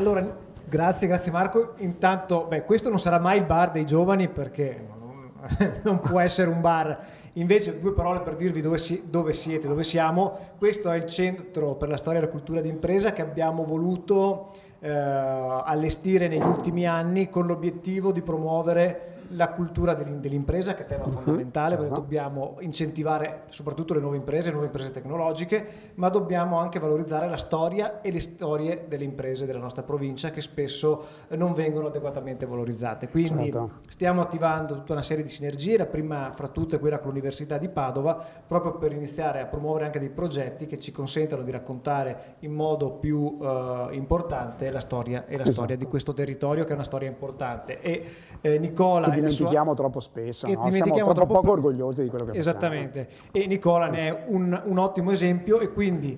Allora, grazie Marco. Intanto, questo non sarà mai il bar dei giovani perché non può essere un bar. Invece, due parole per dirvi dove siete, dove siamo. Questo è il Centro per la Storia e la Cultura d'Impresa che abbiamo voluto allestire negli ultimi anni con l'obiettivo di promuovere la cultura dell'impresa, che è tema fondamentale, certo. perché dobbiamo incentivare soprattutto le nuove imprese tecnologiche, ma dobbiamo anche valorizzare la storia e le storie delle imprese della nostra provincia che spesso non vengono adeguatamente valorizzate. Quindi stiamo attivando tutta una serie di sinergie, la prima fra tutte è quella con l'Università di Padova, proprio per iniziare a promuovere anche dei progetti che ci consentano di raccontare in modo più importante la storia storia di questo territorio, che è una storia importante. E Nicola che dimentichiamo troppo spesso, no? Siamo troppo poco orgogliosi di quello che facciamo. Esattamente, e Nicola ne è un ottimo esempio, e quindi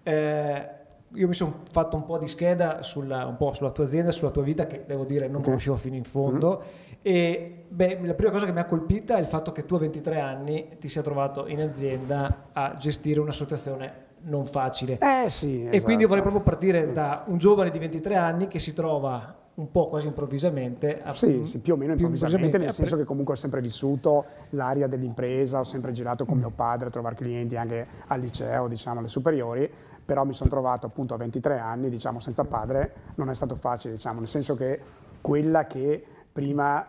io mi sono fatto un po' di scheda sulla tua azienda, sulla tua vita, che devo dire non conoscevo fino in fondo, e la prima cosa che mi ha colpita è il fatto che tu a 23 anni ti sia trovato in azienda a gestire un'associazione non facile. Sì, e quindi io vorrei proprio partire da un giovane di 23 anni che si trova un po' quasi improvvisamente. Sì, più o meno improvvisamente, nel senso che comunque ho sempre vissuto l'aria dell'impresa, ho sempre girato con mio padre a trovare clienti anche al liceo, diciamo, alle superiori, però mi sono trovato appunto a 23 anni, diciamo, senza padre. Non è stato facile, diciamo, nel senso che quello che prima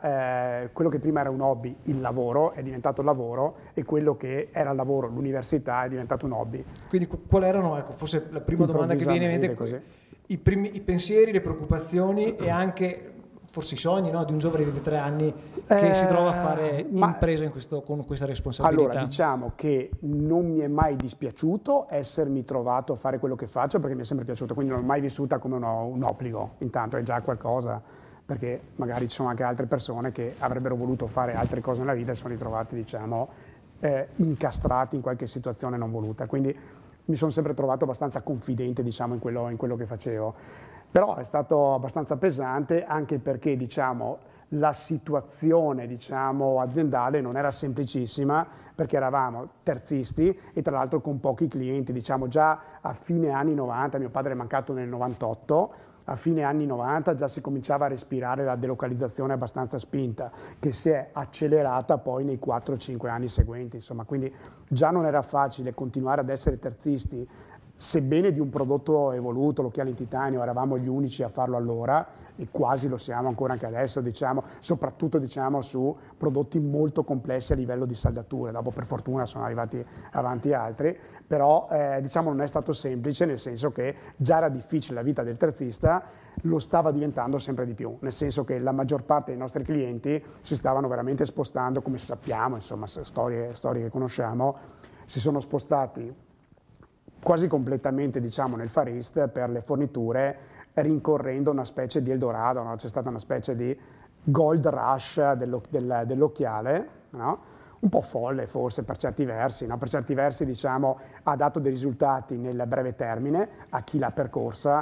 era un hobby, il lavoro, è diventato lavoro, e quello che era il lavoro, l'università, è diventato un hobby. Quindi quali erano, forse la prima domanda che viene in mente, così. I pensieri, le preoccupazioni e anche forse i sogni, no, di un giovane di 23 anni che si trova a fare impresa con questa responsabilità? Allora, diciamo che non mi è mai dispiaciuto essermi trovato a fare quello che faccio, perché mi è sempre piaciuto, quindi non l'ho mai vissuta come un obbligo. Intanto è già qualcosa, perché magari ci sono anche altre persone che avrebbero voluto fare altre cose nella vita e sono ritrovati, diciamo, incastrati in qualche situazione non voluta. Quindi mi sono sempre trovato abbastanza confidente, diciamo, in quello che facevo. Però è stato abbastanza pesante, anche perché, diciamo, la situazione, diciamo, aziendale non era semplicissima, perché eravamo terzisti e tra l'altro con pochi clienti. Diciamo, già a fine anni 90, mio padre è mancato nel 98, a fine anni 90 già si cominciava a respirare la delocalizzazione abbastanza spinta, che si è accelerata poi nei 4-5 anni seguenti, insomma, quindi già non era facile continuare ad essere terzisti, sebbene di un prodotto evoluto, l'occhiale in titanio, eravamo gli unici a farlo allora, e quasi lo siamo ancora anche adesso, diciamo, soprattutto, diciamo, su prodotti molto complessi a livello di saldature. Dopo per fortuna sono arrivati avanti altri, però diciamo non è stato semplice, nel senso che già era difficile la vita del terzista, lo stava diventando sempre di più, nel senso che la maggior parte dei nostri clienti si stavano veramente spostando, come sappiamo, insomma, storie che conosciamo, si sono spostati quasi completamente, diciamo, nel Far East per le forniture, rincorrendo una specie di Eldorado, no? C'è stata una specie di gold rush dell'occhiale, no? Un po' folle forse per certi versi, no? Per certi versi, diciamo, ha dato dei risultati nel breve termine a chi l'ha percorsa,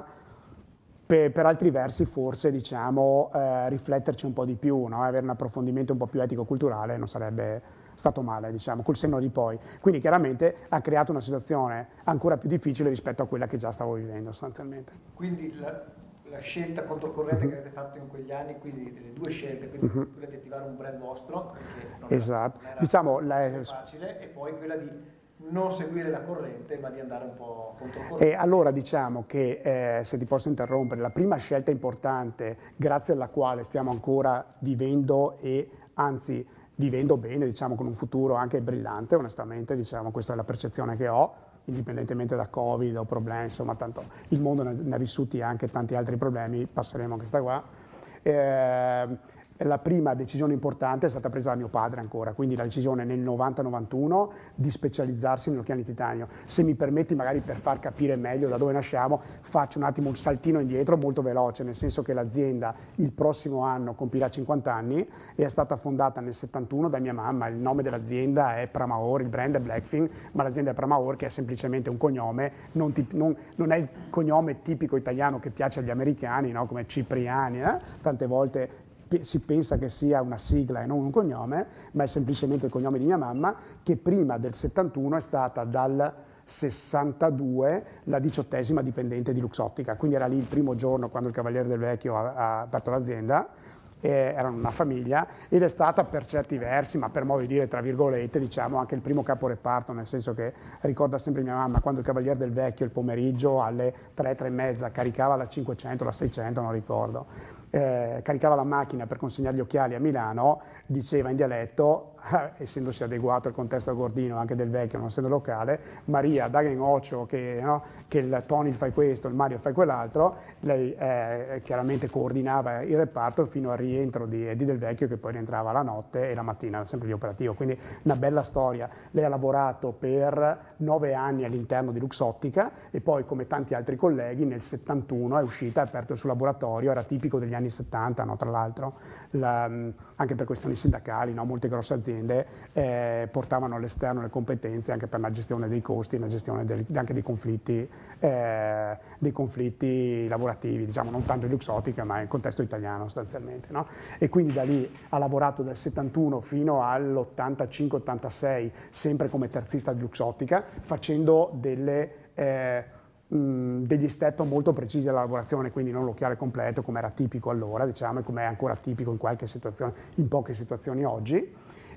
per altri versi forse, diciamo, rifletterci un po' di più, no? Avere un approfondimento un po' più etico-culturale non sarebbe stato male, diciamo, col senno di poi. Quindi chiaramente ha creato una situazione ancora più difficile rispetto a quella che già stavo vivendo sostanzialmente. Quindi la scelta controcorrente che avete fatto in quegli anni, quindi le due scelte, quindi quella di attivare un brand vostro, che non era, diciamo, facile, e poi quella di non seguire la corrente ma di andare un po' controcorrente. E allora diciamo che, se ti posso interrompere, la prima scelta importante, grazie alla quale stiamo ancora vivendo e anzi vivendo bene, diciamo, con un futuro anche brillante, onestamente, diciamo, questa è la percezione che ho, indipendentemente da Covid o problemi, insomma, tanto il mondo ne ha vissuti anche tanti altri problemi, passeremo a questa qua. La prima decisione importante è stata presa da mio padre ancora, quindi la decisione nel 90-91 di specializzarsi nell'occhiale in titanio. Se mi permetti, magari per far capire meglio da dove nasciamo, faccio un attimo un saltino indietro molto veloce, nel senso che l'azienda il prossimo anno compirà 50 anni e è stata fondata nel 71 da mia mamma. Il nome dell'azienda è Pramaor, il brand è Blackfin, ma l'azienda è Pramaor, che è semplicemente un cognome, non è il cognome tipico italiano che piace agli americani, no? Come Cipriani, tante volte si pensa che sia una sigla e non un cognome, ma è semplicemente il cognome di mia mamma, che prima del 71 è stata dal 62 la 18ª dipendente di Luxottica, quindi era lì il primo giorno quando il Cavaliere del Vecchio ha aperto l'azienda. Erano una famiglia ed è stata per certi versi, ma per modo di dire tra virgolette, diciamo anche il primo caporeparto, nel senso che ricorda sempre mia mamma quando il Cavaliere del Vecchio il pomeriggio alle 3, 3 e mezza caricava la 500, la 600, non ricordo, caricava la macchina per consegnare gli occhiali a Milano, diceva in dialetto, essendosi adeguato al contesto gordino anche del Vecchio, non essendo locale, Maria, dagen occhio che, no, che il Tony fai questo, il Mario fai quell'altro, lei chiaramente coordinava il reparto fino al rientro di Eddie Del Vecchio, che poi rientrava la notte e la mattina era sempre lì operativo, quindi una bella storia. Lei ha lavorato per 9 anni all'interno di Luxottica e poi, come tanti altri colleghi, nel 71 è uscita, ha aperto il suo laboratorio, era tipico degli anni 70, no, tra l'altro, anche per questioni sindacali, no, molte grosse aziende portavano all'esterno le competenze anche per la gestione dei costi, la gestione anche dei conflitti lavorativi, diciamo, non tanto in Luxottica ma in contesto italiano sostanzialmente. No? E quindi da lì ha lavorato dal 71 fino all'85-86 sempre come terzista di Luxottica, facendo degli step molto precisi della lavorazione, quindi non l'occhiale completo come era tipico allora, diciamo, e come è ancora tipico in qualche situazione, in poche situazioni oggi.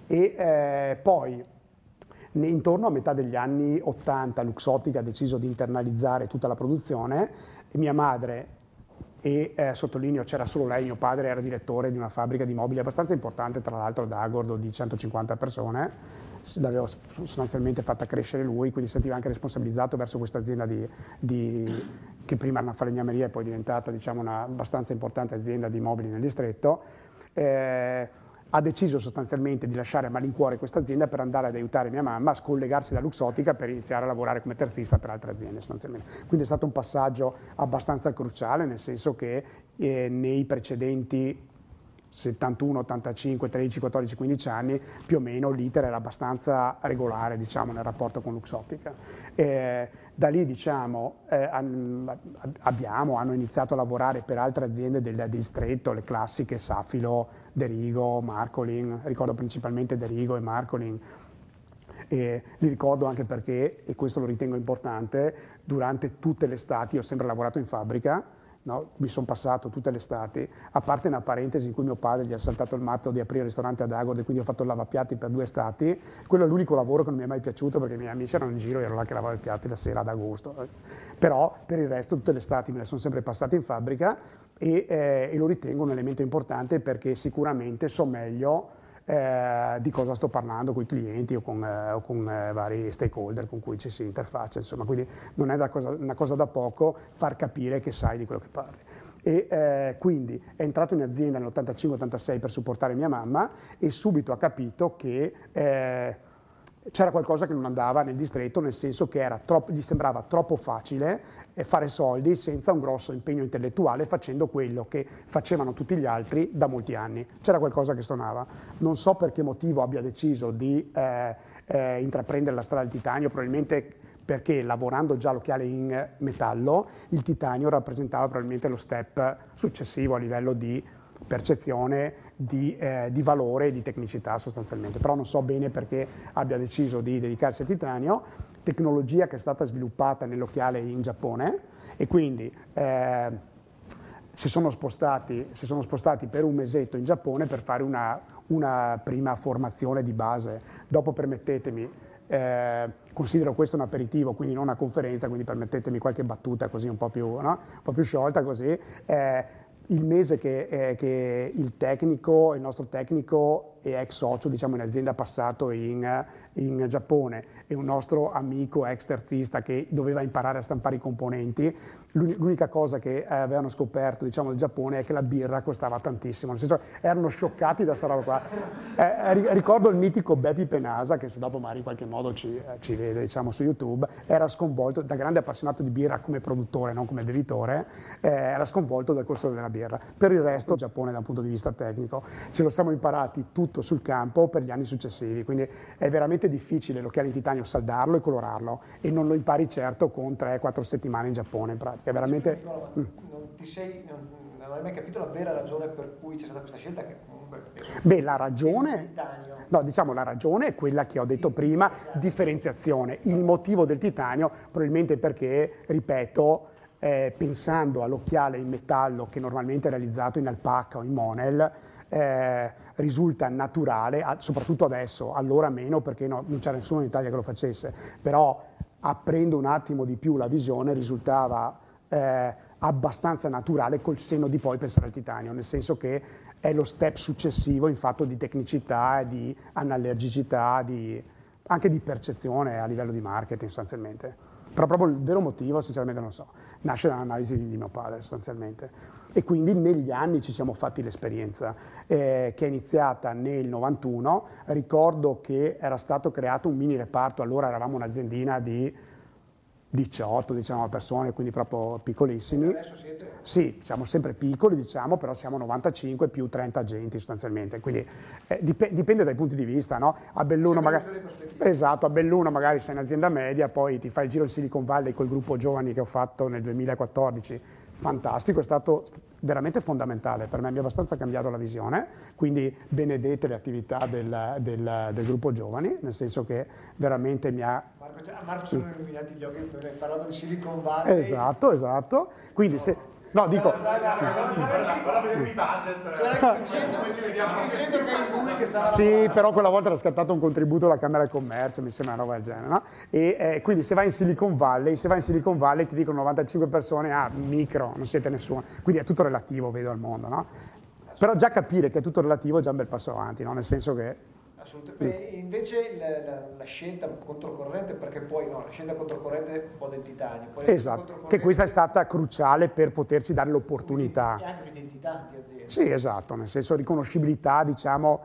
E poi intorno a metà degli anni 80 Luxottica ha deciso di internalizzare tutta la produzione e mia madre, e sottolineo c'era solo lei, mio padre era direttore di una fabbrica di mobili abbastanza importante, tra l'altro ad Agordo, di 150 persone, l'aveva sostanzialmente fatta crescere lui, quindi si sentiva anche responsabilizzato verso questa azienda che prima era una falegnameria e poi è diventata, diciamo, una abbastanza importante azienda di mobili nel distretto. Ha deciso sostanzialmente di lasciare a malincuore questa azienda per andare ad aiutare mia mamma a scollegarsi da Luxottica per iniziare a lavorare come terzista per altre aziende sostanzialmente. Quindi è stato un passaggio abbastanza cruciale, nel senso che nei precedenti 71, 85, 13, 14, 15 anni più o meno l'iter era abbastanza regolare, diciamo, nel rapporto con Luxottica. Da lì, diciamo, hanno iniziato a lavorare per altre aziende del distretto, le classiche Safilo, Derigo, Marcolin, ricordo principalmente Derigo e Marcolin. E li ricordo anche perché, e questo lo ritengo importante, durante tutte le estati ho sempre lavorato in fabbrica. No, mi sono passato tutte le estati, a parte una parentesi in cui mio padre gli ha saltato il matto di aprire il ristorante ad Agordo e quindi ho fatto il lavapiatti per 2 estati. Quello è l'unico lavoro che non mi è mai piaciuto perché i miei amici erano in giro e ero là che lavavo i piatti la sera ad agosto. Però per il resto tutte le estati me le sono sempre passate in fabbrica e lo ritengo un elemento importante perché sicuramente so meglio di cosa sto parlando con i clienti o con vari stakeholder con cui ci si interfaccia, insomma, quindi non è una cosa da poco far capire che sai di quello che parli. E quindi è entrato in azienda nell'85-86 per supportare mia mamma e subito ha capito che c'era qualcosa che non andava nel distretto, nel senso che gli sembrava troppo facile fare soldi senza un grosso impegno intellettuale, facendo quello che facevano tutti gli altri da molti anni. C'era qualcosa che stonava. Non so per che motivo abbia deciso di intraprendere la strada del titanio, probabilmente perché lavorando già l'occhiale in metallo, il titanio rappresentava probabilmente lo step successivo a livello di percezione di valore e di tecnicità sostanzialmente, però non so bene perché abbia deciso di dedicarsi al titanio, tecnologia che è stata sviluppata nell'occhiale in Giappone e quindi si sono spostati per un mesetto in Giappone per fare una prima formazione di base. Dopo permettetemi, considero questo un aperitivo, quindi non una conferenza, quindi permettetemi qualche battuta così un po' più sciolta così. Il mese che il nostro tecnico e ex socio, diciamo, in azienda passato in Giappone e un nostro amico ex terzista che doveva imparare a stampare i componenti, l'unica cosa che avevano scoperto, diciamo, del Giappone è che la birra costava tantissimo, nel senso erano scioccati da sta roba qua. Ricordo il mitico Bepi Penasa, che se dopo magari in qualche modo ci vede, diciamo, su YouTube, era sconvolto, da grande appassionato di birra come produttore, non come bevitore, era sconvolto dal costo della birra. Per il resto, il Giappone da un punto di vista tecnico ce lo siamo imparati tutti tutto sul campo per gli anni successivi, quindi è veramente difficile l'occhiale in titanio saldarlo e colorarlo, e non lo impari certo con 3-4 settimane in Giappone in pratica, è veramente... Non hai mai capito la vera ragione per cui c'è stata questa scelta, che comunque... Beh, la ragione... No, diciamo la ragione è quella che ho detto prima, differenziazione. Il motivo del titanio probabilmente perché, ripeto, pensando all'occhiale in metallo che normalmente è realizzato in alpaca o in monel, risulta naturale, soprattutto adesso, allora meno perché non c'era nessuno in Italia che lo facesse, però aprendo un attimo di più la visione risultava abbastanza naturale col senno di poi pensare al titanio, nel senso che è lo step successivo in fatto di tecnicità, di anallergicità, anche di percezione a livello di marketing sostanzialmente. Però proprio il vero motivo sinceramente non so, nasce dall'analisi di mio padre sostanzialmente, e quindi negli anni ci siamo fatti l'esperienza che è iniziata nel 91. Ricordo che era stato creato un mini reparto, allora eravamo un'aziendina di 18-19 persone, quindi proprio piccolissimi. Adesso siete? Sì, siamo sempre piccoli, diciamo, però siamo 95 più 30 agenti sostanzialmente, quindi dipende dai punti di vista, no? A Belluno magari, esatto, a Belluno magari sei un'azienda media, poi ti fai il giro in Silicon Valley col gruppo giovani che ho fatto nel 2014, fantastico, è stato veramente fondamentale per me, mi ha abbastanza cambiato la visione, quindi benedete le attività del gruppo giovani, nel senso che veramente mi ha... A Marco sono illuminati gli occhi perché hai parlato di Silicon Valley. Esatto, quindi se... No, dico... Sì, però quella volta era scattato un contributo alla Camera del Commercio, mi sembra una roba del genere, no? E quindi se vai in Silicon Valley ti dicono 95 persone, micro, non siete nessuno. Quindi è tutto relativo, vedo, al mondo, no? Però già capire che è tutto relativo è già un bel passo avanti, no? Nel senso che... Assolutamente. E invece la scelta controcorrente, perché poi no, la scelta controcorrente un po' del titanio. Poi esatto, che questa è stata cruciale per poterci dare l'opportunità. E anche l'identità di azienda. Sì, esatto, nel senso riconoscibilità, diciamo,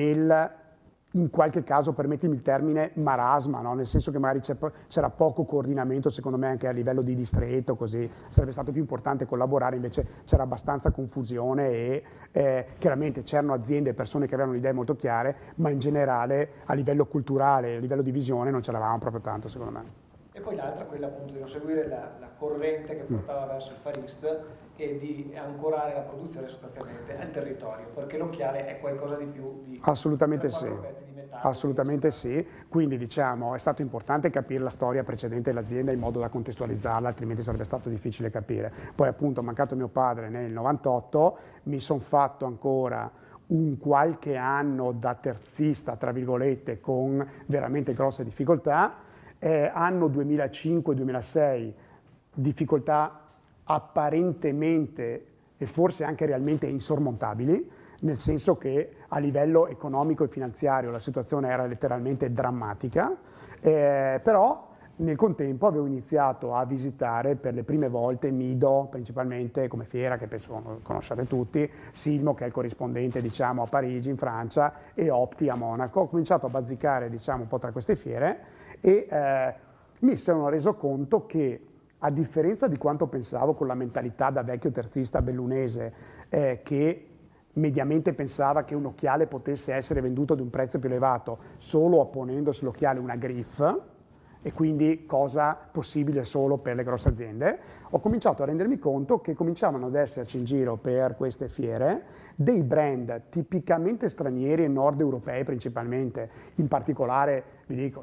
in qualche caso, permettimi il termine, marasma, no? Nel senso che magari c'era poco coordinamento, secondo me, anche a livello di distretto, così sarebbe stato più importante collaborare, invece c'era abbastanza confusione e chiaramente c'erano aziende e persone che avevano le idee molto chiare, ma in generale a livello culturale, a livello di visione non ce l'avevamo proprio tanto, secondo me. E poi l'altra, quella appunto di non seguire la corrente che portava verso il Far East e di ancorare la produzione sostanzialmente al territorio, perché l'occhiale è qualcosa di più di... Assolutamente sì. Pezzi di metallo, assolutamente sì, quindi diciamo è stato importante capire la storia precedente dell'azienda in modo da contestualizzarla, altrimenti sarebbe stato difficile capire. Poi appunto mancato mio padre nel 98, mi sono fatto ancora un qualche anno da terzista, tra virgolette, con veramente grosse difficoltà. Anno 2005-2006, difficoltà apparentemente e forse anche realmente insormontabili, nel senso che a livello economico e finanziario la situazione era letteralmente drammatica, però nel contempo avevo iniziato a visitare per le prime volte Mido, principalmente come fiera, che penso conosciate tutti, Silmo, che è il corrispondente, diciamo, a Parigi, in Francia, e Opti a Monaco. Ho cominciato a bazzicare, diciamo, un po' tra queste fiere e mi sono reso conto che, a differenza di quanto pensavo con la mentalità da vecchio terzista bellunese, che mediamente pensava che un occhiale potesse essere venduto ad un prezzo più elevato solo apponendo sull'occhiale una griffe, e quindi cosa possibile solo per le grosse aziende, ho cominciato a rendermi conto che cominciavano ad esserci in giro per queste fiere dei brand tipicamente stranieri e nord europei principalmente, in particolare, vi dico,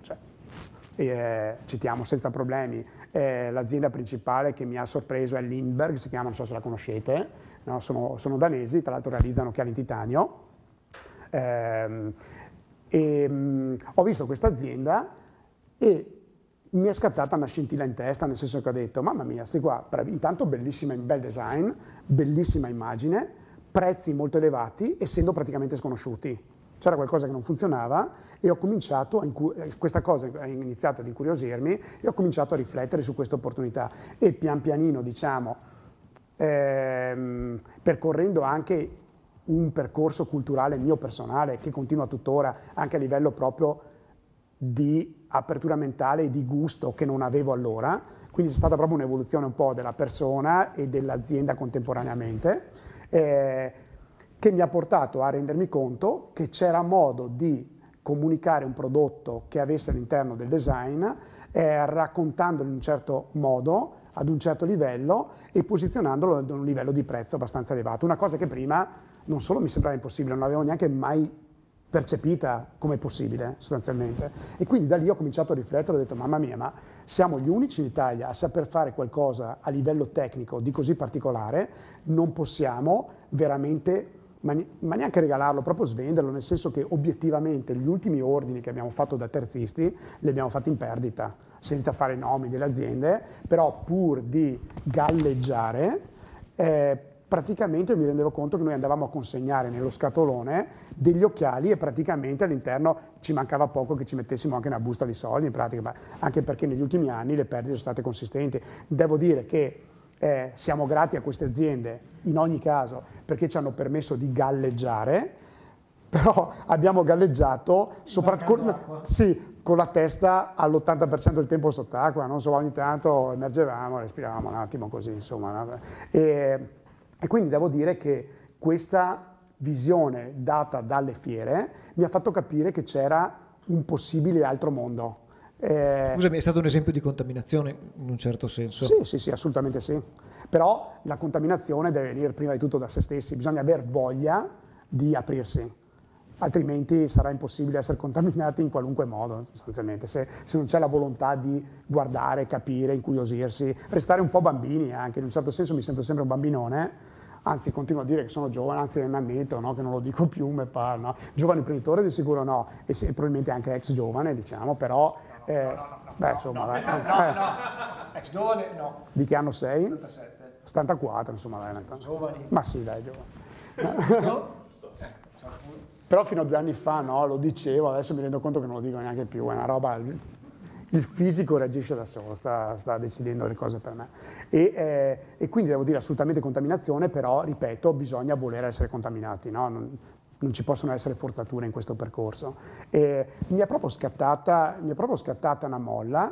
citiamo senza problemi, l'azienda principale che mi ha sorpreso è Lindbergh, si chiama, non so se la conoscete, no? Sono danesi, tra l'altro realizzano occhiali in titanio, ho visto questa azienda e mi è scattata una scintilla in testa, nel senso che ho detto, mamma mia, sti qua, intanto bellissima, bel design, bellissima immagine, prezzi molto elevati, essendo praticamente sconosciuti. C'era qualcosa che non funzionava e ho cominciato, questa cosa ha iniziato ad incuriosirmi e ho cominciato a riflettere su questa opportunità e pian pianino, diciamo, percorrendo anche un percorso culturale mio personale che continua tuttora, anche a livello proprio di apertura mentale e di gusto che non avevo allora, quindi c'è stata proprio un'evoluzione un po' della persona e dell'azienda contemporaneamente, che che mi ha portato a rendermi conto che c'era modo di comunicare un prodotto che avesse all'interno del design, raccontandolo in un certo modo, ad un certo livello e posizionandolo ad un livello di prezzo abbastanza elevato. Una cosa che prima non solo mi sembrava impossibile, non l'avevo neanche mai percepita come possibile sostanzialmente. E quindi da lì ho cominciato a riflettere, ho detto mamma mia, ma siamo gli unici in Italia a saper fare qualcosa a livello tecnico di così particolare, non possiamo veramente, ma neanche regalarlo, proprio svenderlo, nel senso che obiettivamente gli ultimi ordini che abbiamo fatto da terzisti li abbiamo fatti in perdita, senza fare nomi delle aziende, però pur di galleggiare, praticamente mi rendevo conto che noi andavamo a consegnare nello scatolone degli occhiali e praticamente all'interno ci mancava poco che ci mettessimo anche una busta di soldi in pratica, ma anche perché negli ultimi anni le perdite sono state consistenti. Devo dire che siamo grati a queste aziende in ogni caso perché ci hanno permesso di galleggiare, però abbiamo galleggiato soprattutto con la testa all'80% del tempo sott'acqua, non so, ogni tanto emergevamo, respiravamo un attimo così, insomma. E quindi devo dire che questa visione data dalle fiere mi ha fatto capire che c'era un possibile altro mondo. Scusami, è stato un esempio di contaminazione in un certo senso? Sì, assolutamente sì. Però la contaminazione deve venire prima di tutto da se stessi, bisogna aver voglia di aprirsi, altrimenti sarà impossibile essere contaminati in qualunque modo, sostanzialmente. Se non c'è la volontà di guardare, capire, incuriosirsi, restare un po' bambini anche, in un certo senso mi sento sempre un bambinone, anzi continuo a dire che sono giovane, anzi mi ammetto, no? Che non lo dico più, mi pare, no? Giovane imprenditore di sicuro no, e probabilmente anche ex giovane, diciamo, però... No. Ex giovane no. Di che anno sei? 77. 74, insomma, dai. Giovani. Ma sì, dai, giovane. Però fino a 2 anni fa, no, lo dicevo, adesso mi rendo conto che non lo dico neanche più, è una roba... Il fisico reagisce da solo, sta decidendo le cose per me. E quindi devo dire assolutamente contaminazione, però, ripeto, bisogna voler essere contaminati, no? Non ci possono essere forzature in questo percorso. Mi è proprio scattata una molla.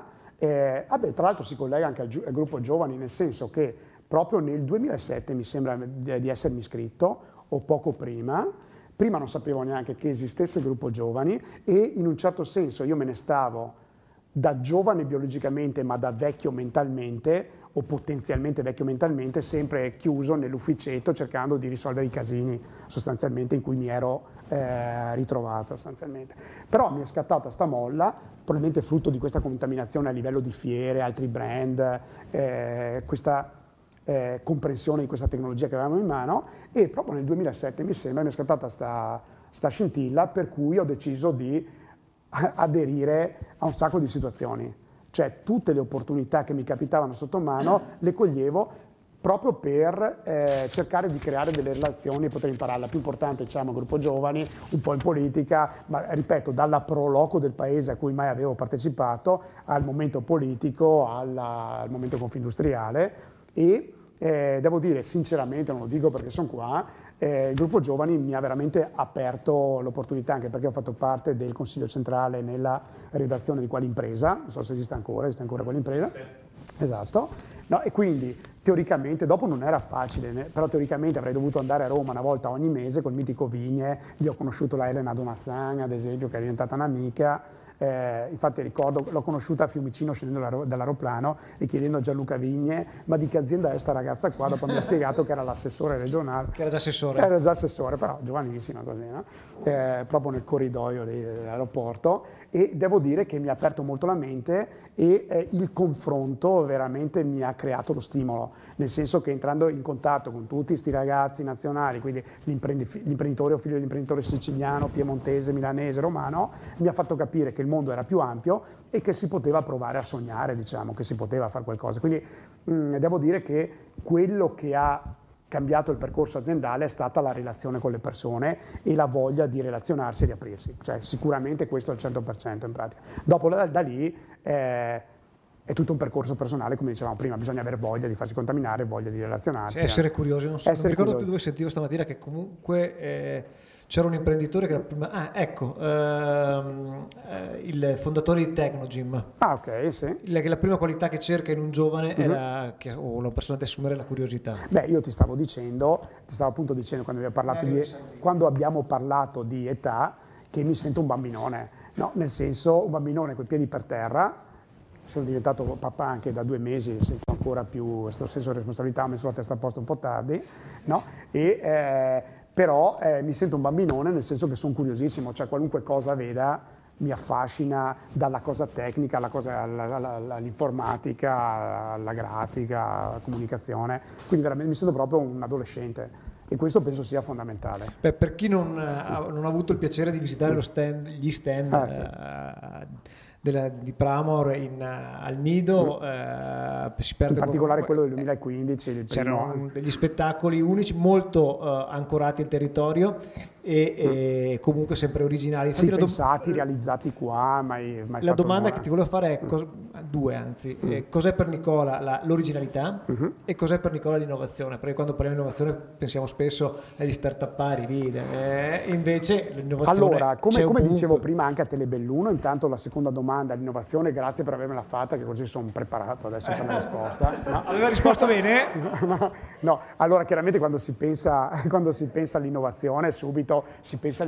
Tra l'altro si collega anche al gruppo giovani, nel senso che proprio nel 2007 mi sembra di essermi iscritto, o poco prima. Prima non sapevo neanche che esistesse il gruppo giovani e in un certo senso io me ne stavo da giovane biologicamente ma da vecchio mentalmente o potenzialmente vecchio mentalmente, sempre chiuso nell'ufficetto cercando di risolvere i casini sostanzialmente in cui mi ero ritrovato sostanzialmente. Però mi è scattata sta molla, probabilmente frutto di questa contaminazione a livello di fiere, altri brand, questa comprensione di questa tecnologia che avevamo in mano, e proprio nel 2007 mi sembra mi è scattata sta scintilla per cui ho deciso di aderire a un sacco di situazioni, cioè tutte le opportunità che mi capitavano sotto mano le coglievo proprio per cercare di creare delle relazioni e poter imparare. La più importante, diciamo, gruppo giovani, un po' in politica, ma ripeto, dalla pro loco del paese a cui mai avevo partecipato, al momento politico, al momento confindustriale, e devo dire sinceramente, non lo dico perché sono qua, il gruppo giovani mi ha veramente aperto l'opportunità, anche perché ho fatto parte del consiglio centrale nella redazione di Qualimpresa, non so se esiste ancora Qualimpresa, esatto, no, e quindi teoricamente, dopo non era facile, però teoricamente avrei dovuto andare a Roma una volta ogni mese col mitico Vigne, lì ho conosciuto la Elena Donazzan ad esempio, che è diventata un'amica. Infatti ricordo, l'ho conosciuta a Fiumicino scendendo dall'aeroplano e chiedendo a Gianluca Vigne ma di che azienda è sta ragazza qua, dopo mi ha spiegato che era l'assessore regionale. Che era già assessore. Era già assessore, però giovanissima così, no? Proprio nel corridoio dell'aeroporto, e devo dire che mi ha aperto molto la mente e il confronto veramente mi ha creato lo stimolo, nel senso che entrando in contatto con tutti questi ragazzi nazionali, quindi l'imprenditore o figlio dell'imprenditore siciliano, piemontese, milanese, romano, mi ha fatto capire che il mondo era più ampio e che si poteva provare a sognare, diciamo, che si poteva fare qualcosa. Quindi devo dire che quello che ha cambiato il percorso aziendale è stata la relazione con le persone e la voglia di relazionarsi e di aprirsi, cioè sicuramente questo al 100% in pratica. Dopo da lì è tutto un percorso personale, come dicevamo prima, bisogna avere voglia di farsi contaminare, voglia di relazionarsi. Essere curiosi, non ricordo più dove sentivo stamattina che comunque C'era un imprenditore che il fondatore di Tecnogym. Ah, ok, sì. La prima qualità che cerca in un giovane o una persona da assumere è la curiosità. Beh, io ti stavo appunto dicendo quando abbiamo parlato di età, che mi sento un bambinone, no? Nel senso, un bambinone con i piedi per terra. Sono diventato papà anche da 2 mesi, sento ancora più questo senso di responsabilità, ho messo la testa a posto un po' tardi, no? Però mi sento un bambinone nel senso che sono curiosissimo, cioè qualunque cosa veda mi affascina, dalla cosa tecnica all'informatica, alla grafica, alla comunicazione, quindi veramente mi sento proprio un adolescente e questo penso sia fondamentale. Beh, per chi non ha avuto il piacere di visitare gli stand Sì. di Pramor al Nido, si perde in particolare quello del 2015, c'erano degli spettacoli unici molto ancorati al territorio e comunque sempre originali. Sì, pensati, realizzati qua, mai la domanda che ti volevo fare è due, anzi, cos'è per Nicola l'originalità e cos'è per Nicola l'innovazione? Perché quando parliamo di innovazione pensiamo spesso agli start-upari, invece l'innovazione allora, come dicevo prima anche a Telebelluno, intanto la seconda domanda, l'innovazione, grazie per avermela fatta, che così sono preparato adesso per la risposta. No? Aveva risposto bene? No, allora chiaramente quando si pensa all'innovazione subito si pensa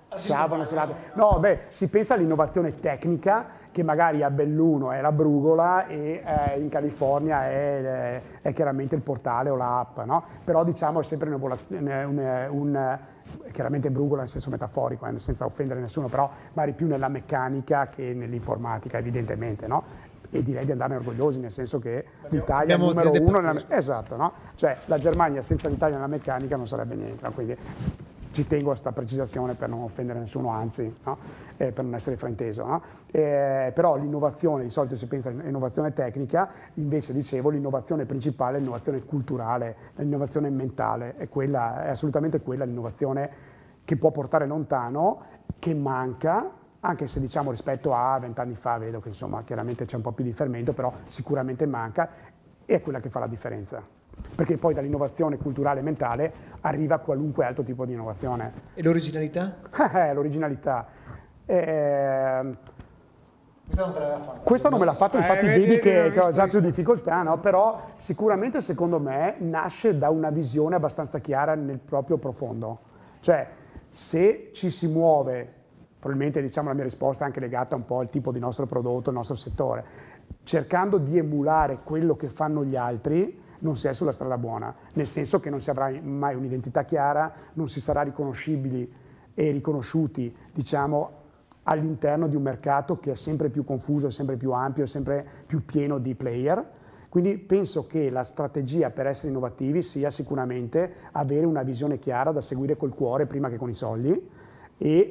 si pensa all'innovazione tecnica, che magari a Belluno è la brugola e in California è chiaramente il portale o l'app, no? Però diciamo è sempre chiaramente brugola nel senso metaforico, senza offendere nessuno, però magari più nella meccanica che nell'informatica, evidentemente, no? E direi di andarne orgogliosi, nel senso che l'Italia è il numero uno esatto, no? Cioè la Germania senza l'Italia nella meccanica non sarebbe niente, no? Quindi ci tengo a questa precisazione per non offendere nessuno, anzi, no? Per non essere frainteso, no? Però l'innovazione, di solito si pensa all'innovazione tecnica, invece dicevo l'innovazione principale è l'innovazione culturale, l'innovazione mentale, è assolutamente quella l'innovazione che può portare lontano, che manca, anche se diciamo rispetto a 20 anni fa vedo che insomma chiaramente c'è un po' più di fermento, però sicuramente manca e è quella che fa la differenza. Perché poi dall'innovazione culturale e mentale arriva qualunque altro tipo di innovazione. E l'originalità? L'originalità. Questa non te l'aveva fatta. Questa non me l'ha fatta, infatti vedi che ho già più difficoltà, no? Però sicuramente secondo me nasce da una visione abbastanza chiara nel proprio profondo. Cioè se ci si muove, probabilmente diciamo la mia risposta è anche legata un po' al tipo di nostro prodotto, il nostro settore, cercando di emulare quello che fanno gli altri, non si è sulla strada buona, nel senso che non si avrà mai un'identità chiara, non si sarà riconoscibili e riconosciuti, diciamo, all'interno di un mercato che è sempre più confuso, sempre più ampio, sempre più pieno di player. Quindi penso che la strategia per essere innovativi sia sicuramente avere una visione chiara da seguire col cuore prima che con i soldi e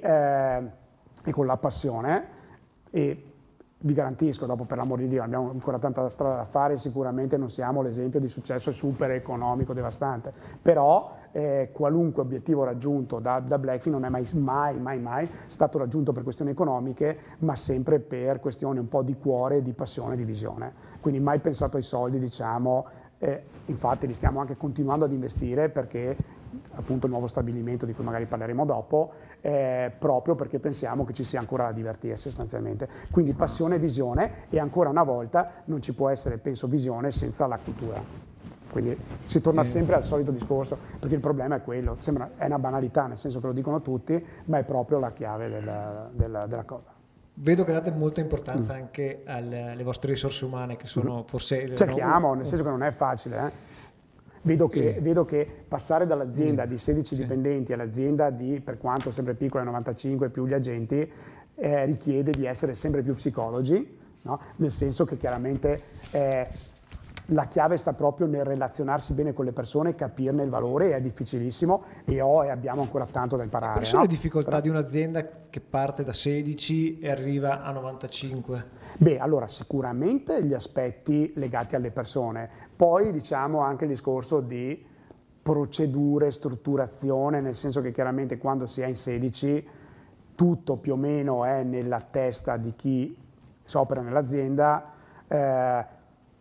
con la passione. E vi garantisco, dopo per l'amor di Dio abbiamo ancora tanta strada da fare, sicuramente non siamo l'esempio di successo super economico devastante, però qualunque obiettivo raggiunto da Blackfin non è mai stato raggiunto per questioni economiche, ma sempre per questioni un po' di cuore, di passione, di visione. Quindi mai pensato ai soldi, diciamo, infatti li stiamo anche continuando ad investire perché appunto il nuovo stabilimento di cui magari parleremo dopo, proprio perché pensiamo che ci sia ancora da divertirsi sostanzialmente. Quindi passione e visione, e ancora una volta non ci può essere, penso, visione senza la cultura. Quindi si torna sempre al solito discorso, perché il problema è quello, è una banalità, nel senso che lo dicono tutti, ma è proprio la chiave della cosa. Vedo che date molta importanza anche alle vostre risorse umane, che sono forse... Cerchiamo, nel senso che non è facile, Vedo che passare dall'azienda di 16 dipendenti all'azienda di, per quanto sempre piccola, 95 più gli agenti, richiede di essere sempre più psicologi, no? Nel senso che chiaramente la chiave sta proprio nel relazionarsi bene con le persone, capirne il valore, è difficilissimo e abbiamo ancora tanto da imparare. Quali sono le difficoltà di un'azienda che parte da 16 e arriva a 95? Beh, allora sicuramente gli aspetti legati alle persone, poi diciamo anche il discorso di procedure, strutturazione, nel senso che chiaramente quando si è in 16 tutto più o meno è nella testa di chi opera nell'azienda,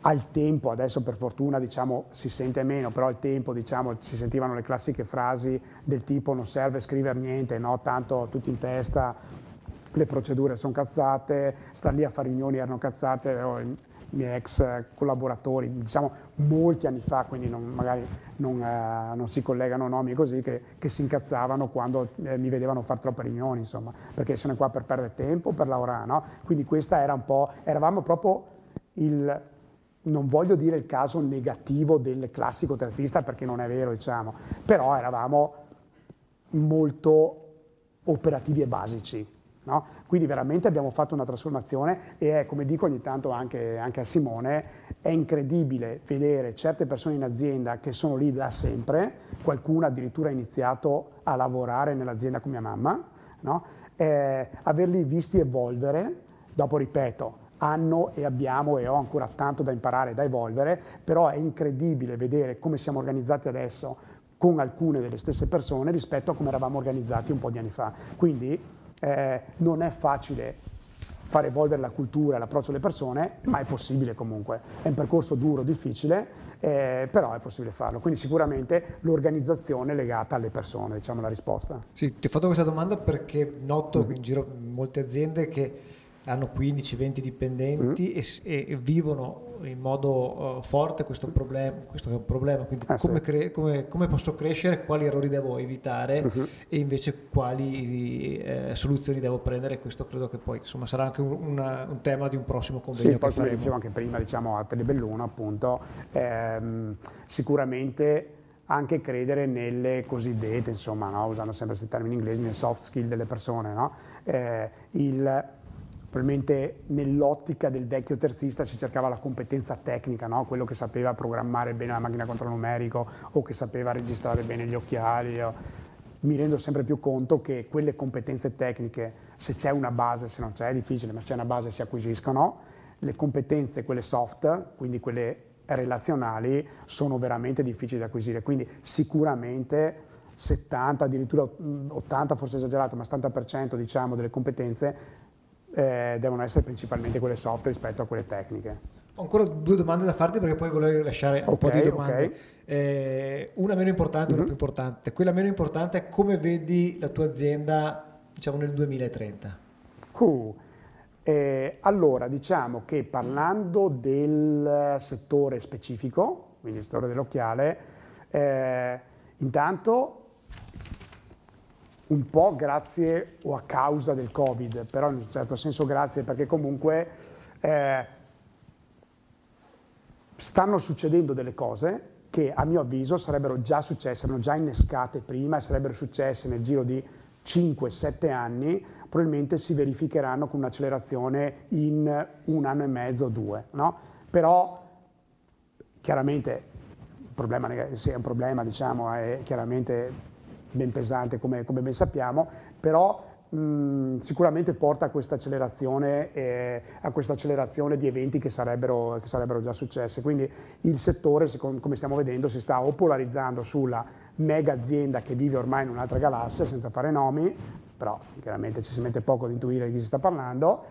al tempo, adesso per fortuna diciamo si sente meno, però al tempo diciamo si sentivano le classiche frasi del tipo non serve scrivere niente, no? Tanto tutto in testa, le procedure sono cazzate, star lì a fare riunioni erano cazzate, i miei ex collaboratori, diciamo molti anni fa, quindi magari non si collegano nomi così, che si incazzavano quando mi vedevano fare troppe riunioni, insomma, perché sono qua per perdere tempo, per lavorare, no? Quindi questa era un po', eravamo proprio non voglio dire il caso negativo del classico terzista perché non è vero, diciamo, però eravamo molto operativi e basici, no? Quindi veramente abbiamo fatto una trasformazione e è, come dico ogni tanto anche a Simone, è incredibile vedere certe persone in azienda che sono lì da sempre, qualcuno addirittura ha iniziato a lavorare nell'azienda con mia mamma, no? Averli visti evolvere, dopo ripeto, hanno e abbiamo e ho ancora tanto da imparare e da evolvere, però è incredibile vedere come siamo organizzati adesso con alcune delle stesse persone rispetto a come eravamo organizzati un po' di anni fa. Quindi non è facile far evolvere la cultura e l'approccio alle persone, ma è possibile comunque. È un percorso duro, difficile, però è possibile farlo. Quindi sicuramente l'organizzazione è legata alle persone, diciamo la risposta. Sì, ti ho fatto questa domanda perché noto in giro molte aziende che hanno 15-20 dipendenti e vivono in modo forte questo è un problema, quindi come posso crescere, quali errori devo evitare e invece quali soluzioni devo prendere. Questo credo che poi insomma sarà anche un tema di un prossimo convegno. Sì, poi come dicevo anche prima, diciamo a Telebelluno appunto, sicuramente anche credere nelle cosiddette, insomma, no? Usando sempre questi termini inglesi, nelle soft skill delle persone, no? Probabilmente nell'ottica del vecchio terzista si cercava la competenza tecnica, no? Quello che sapeva programmare bene la macchina a controllo numerico o che sapeva registrare bene gli occhiali. Mi rendo sempre più conto che quelle competenze tecniche, se c'è una base, se non c'è è difficile, ma se c'è una base si acquisiscono. Le competenze, quelle soft, quindi quelle relazionali, sono veramente difficili da acquisire. Quindi sicuramente 70, addirittura 80, forse esagerato, ma 70% diciamo delle competenze devono essere principalmente quelle soft rispetto a quelle tecniche. Ho ancora due domande da farti perché poi volevo lasciare un po' di domande. Una meno importante e una più importante. Quella meno importante è come vedi la tua azienda, diciamo, nel 2030? Allora, diciamo che parlando del settore specifico, quindi il settore dell'occhiale, intanto un po' grazie o a causa del Covid, però in un certo senso grazie perché comunque stanno succedendo delle cose che a mio avviso sarebbero già successe, erano già innescate prima e sarebbero successe nel giro di 5-7 anni, probabilmente si verificheranno con un'accelerazione in 1 anno e mezzo o 2, no? Però chiaramente è un problema, diciamo, è chiaramente ben pesante come ben sappiamo, però sicuramente porta a questa accelerazione di eventi che sarebbero già successi. Quindi il settore, come stiamo vedendo, si sta o polarizzando sulla mega azienda che vive ormai in un'altra galassia, senza fare nomi, però chiaramente ci si mette poco ad intuire di chi si sta parlando,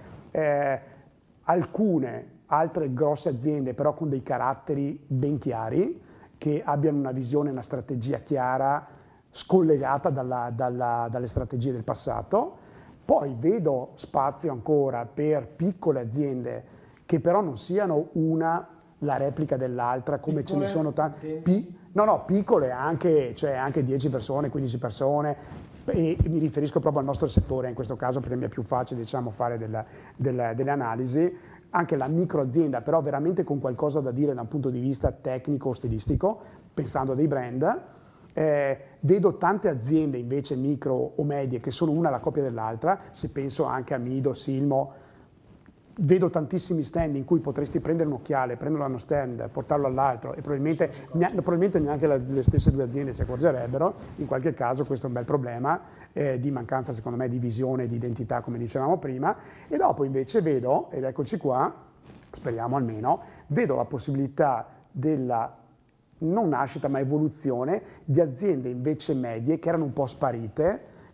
alcune altre grosse aziende però con dei caratteri ben chiari, che abbiano una visione, una strategia chiara, scollegata dalle strategie del passato. Poi vedo spazio ancora per piccole aziende che però non siano una la replica dell'altra, come piccole, ce ne sono tante. Piccole, anche 10 persone, 15 persone, e mi riferisco proprio al nostro settore in questo caso perché mi è più facile, diciamo, fare delle analisi. Anche la microazienda, però veramente con qualcosa da dire da un punto di vista tecnico o stilistico, pensando a dei brand. Vedo tante aziende invece micro o medie che sono una la copia dell'altra, se penso anche a Mido, Silmo, vedo tantissimi stand in cui potresti prendere un occhiale, prenderlo da uno stand, portarlo all'altro e probabilmente neanche le stesse due aziende si accorgerebbero. In qualche caso questo è un bel problema di mancanza, secondo me, di visione e di identità, come dicevamo prima. E dopo invece vedo, ed eccoci qua, speriamo almeno, vedo la possibilità della non nascita ma evoluzione di aziende invece medie che erano un po' sparite,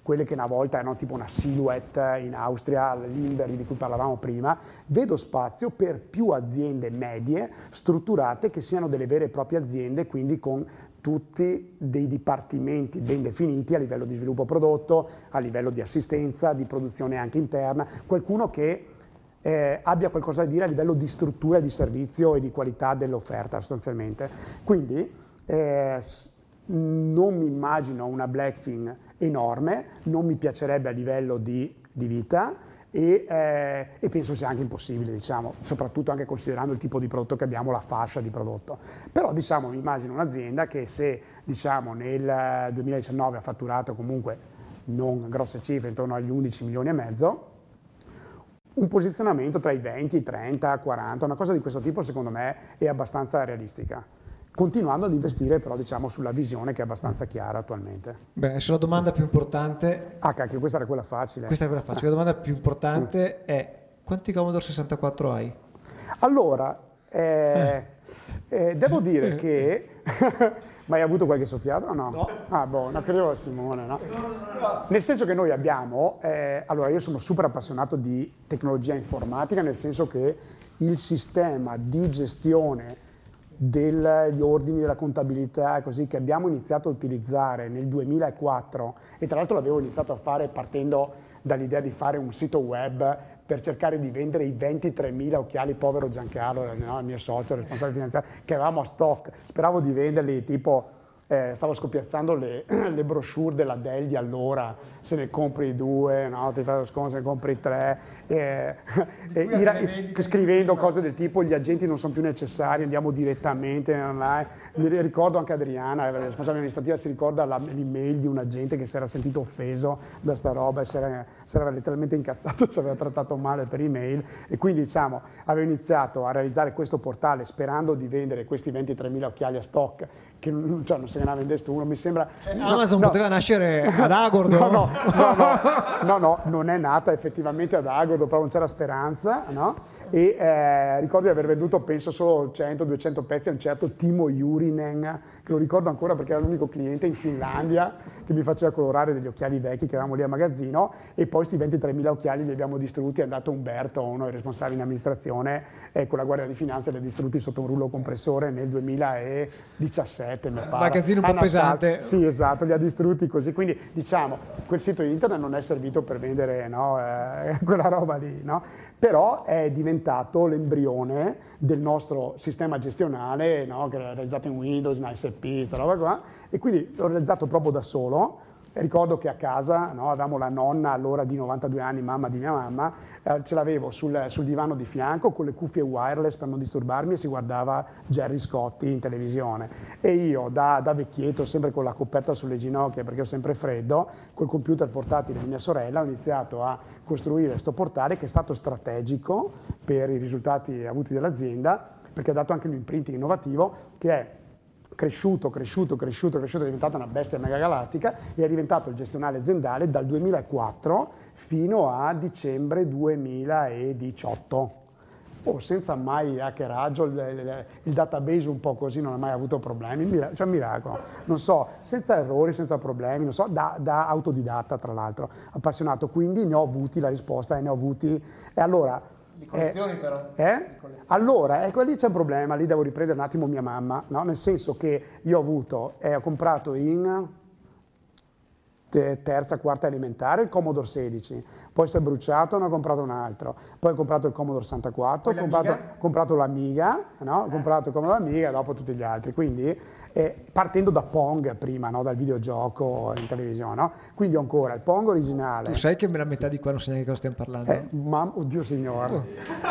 quelle che una volta erano tipo una Silhouette in Austria, l'Inver di cui parlavamo prima, vedo spazio per più aziende medie strutturate che siano delle vere e proprie aziende, quindi con tutti dei dipartimenti ben definiti a livello di sviluppo prodotto, a livello di assistenza, di produzione anche interna, qualcuno che abbia qualcosa da dire a livello di struttura, di servizio e di qualità dell'offerta sostanzialmente. Quindi non mi immagino una Blackfin enorme, non mi piacerebbe a livello di vita e penso sia anche impossibile, diciamo, soprattutto anche considerando il tipo di prodotto che abbiamo, la fascia di prodotto. Però diciamo, mi immagino un'azienda che se diciamo, nel 2019 ha fatturato comunque non grosse cifre, intorno agli 11 milioni e mezzo, un posizionamento tra i 20, i 30, 40, una cosa di questo tipo secondo me è abbastanza realistica, continuando ad investire però diciamo sulla visione che è abbastanza chiara attualmente. Beh, adesso la domanda più importante... Ah, cacchio, questa era quella facile. Questa è quella facile. La domanda più importante è: quanti Commodore 64 hai? Allora, devo dire che... Ma hai avuto qualche soffiato o no? No. Ah, boh, no, credevo a Simone, no? Nel senso che noi abbiamo, allora io sono super appassionato di tecnologia informatica, nel senso che il sistema di gestione degli ordini della contabilità così che abbiamo iniziato a utilizzare nel 2004 e tra l'altro l'avevo iniziato a fare partendo dall'idea di fare un sito web per cercare di vendere i 23.000 occhiali, povero Giancarlo, no, il mio socio, responsabile finanziario, che avevamo a stock. Speravo di venderli tipo, stavo scopiazzando le brochure della Dell di allora, se ne compri 2, no, ti fai lo sconto, se ne compri 3, scrivendo cose del tipo gli agenti non sono più necessari, andiamo direttamente online. Mi ricordo anche Adriana, la responsabile amministrativa, si ricorda l'email di un agente che si era sentito offeso da sta roba e si era letteralmente incazzato, ci aveva trattato male per email e quindi diciamo avevo iniziato a realizzare questo portale sperando di vendere questi 23.000 occhiali a stock che non se ne vendesse uno, mi sembra... Amazon poteva nascere ad Agordo? No, non è nata effettivamente ad Agordo, però non c'era speranza, no? E ricordo di aver venduto penso solo 100-200 pezzi a un certo Timo Jurinen, che lo ricordo ancora perché era l'unico cliente in Finlandia che mi faceva colorare degli occhiali vecchi che avevamo lì a magazzino, e poi questi 23.000 occhiali li abbiamo distribuiti, è andato Umberto, uno dei responsabili in amministrazione, con la Guardia di Finanza, li ha distribuiti sotto un rullo compressore nel 2017, mi pare. Magazzino un po' pesante. Sì, esatto, li ha distrutti così, quindi diciamo quel sito internet non è servito per vendere quella roba lì, no? Però è diventato l'embrione del nostro sistema gestionale, no? Che era realizzato in Windows, in ASP, questa roba qua, e quindi l'ho realizzato proprio da solo. E ricordo che a casa, no, avevamo la nonna allora di 92 anni, mamma di mia mamma, ce l'avevo sul divano di fianco con le cuffie wireless per non disturbarmi e si guardava Gerry Scotti in televisione. E io da vecchietto, sempre con la coperta sulle ginocchia perché ho sempre freddo, col computer portatile di mia sorella ho iniziato a costruire questo portale che è stato strategico per i risultati avuti dall'azienda, perché ha dato anche un imprinting innovativo che è cresciuto, è diventata una bestia megagalattica e è diventato il gestionale aziendale dal 2004 fino a dicembre 2018. Senza mai hackeraggio, il database un po' così non ha mai avuto problemi, cioè un miracolo, non so, senza errori, senza problemi, non so, da autodidatta tra l'altro, appassionato, quindi ne ho avuti la risposta e ne ho avuti, e allora... Di collezioni però. Allora, ecco lì c'è un problema, lì devo riprendere un attimo mia mamma, no? Nel senso che io ho comprato in terza, quarta elementare il Commodore 16, poi si è bruciato, ne ho comprato un altro, poi ho comprato il Commodore 64, ho comprato l'Amiga, no? Ho comprato il Commodore Amiga e dopo tutti gli altri, quindi partendo da Pong prima, no? Dal videogioco in televisione, no? Quindi ho ancora il Pong originale. Tu sai che la metà di qua non sa neanche cosa stiamo parlando? Oddio signore.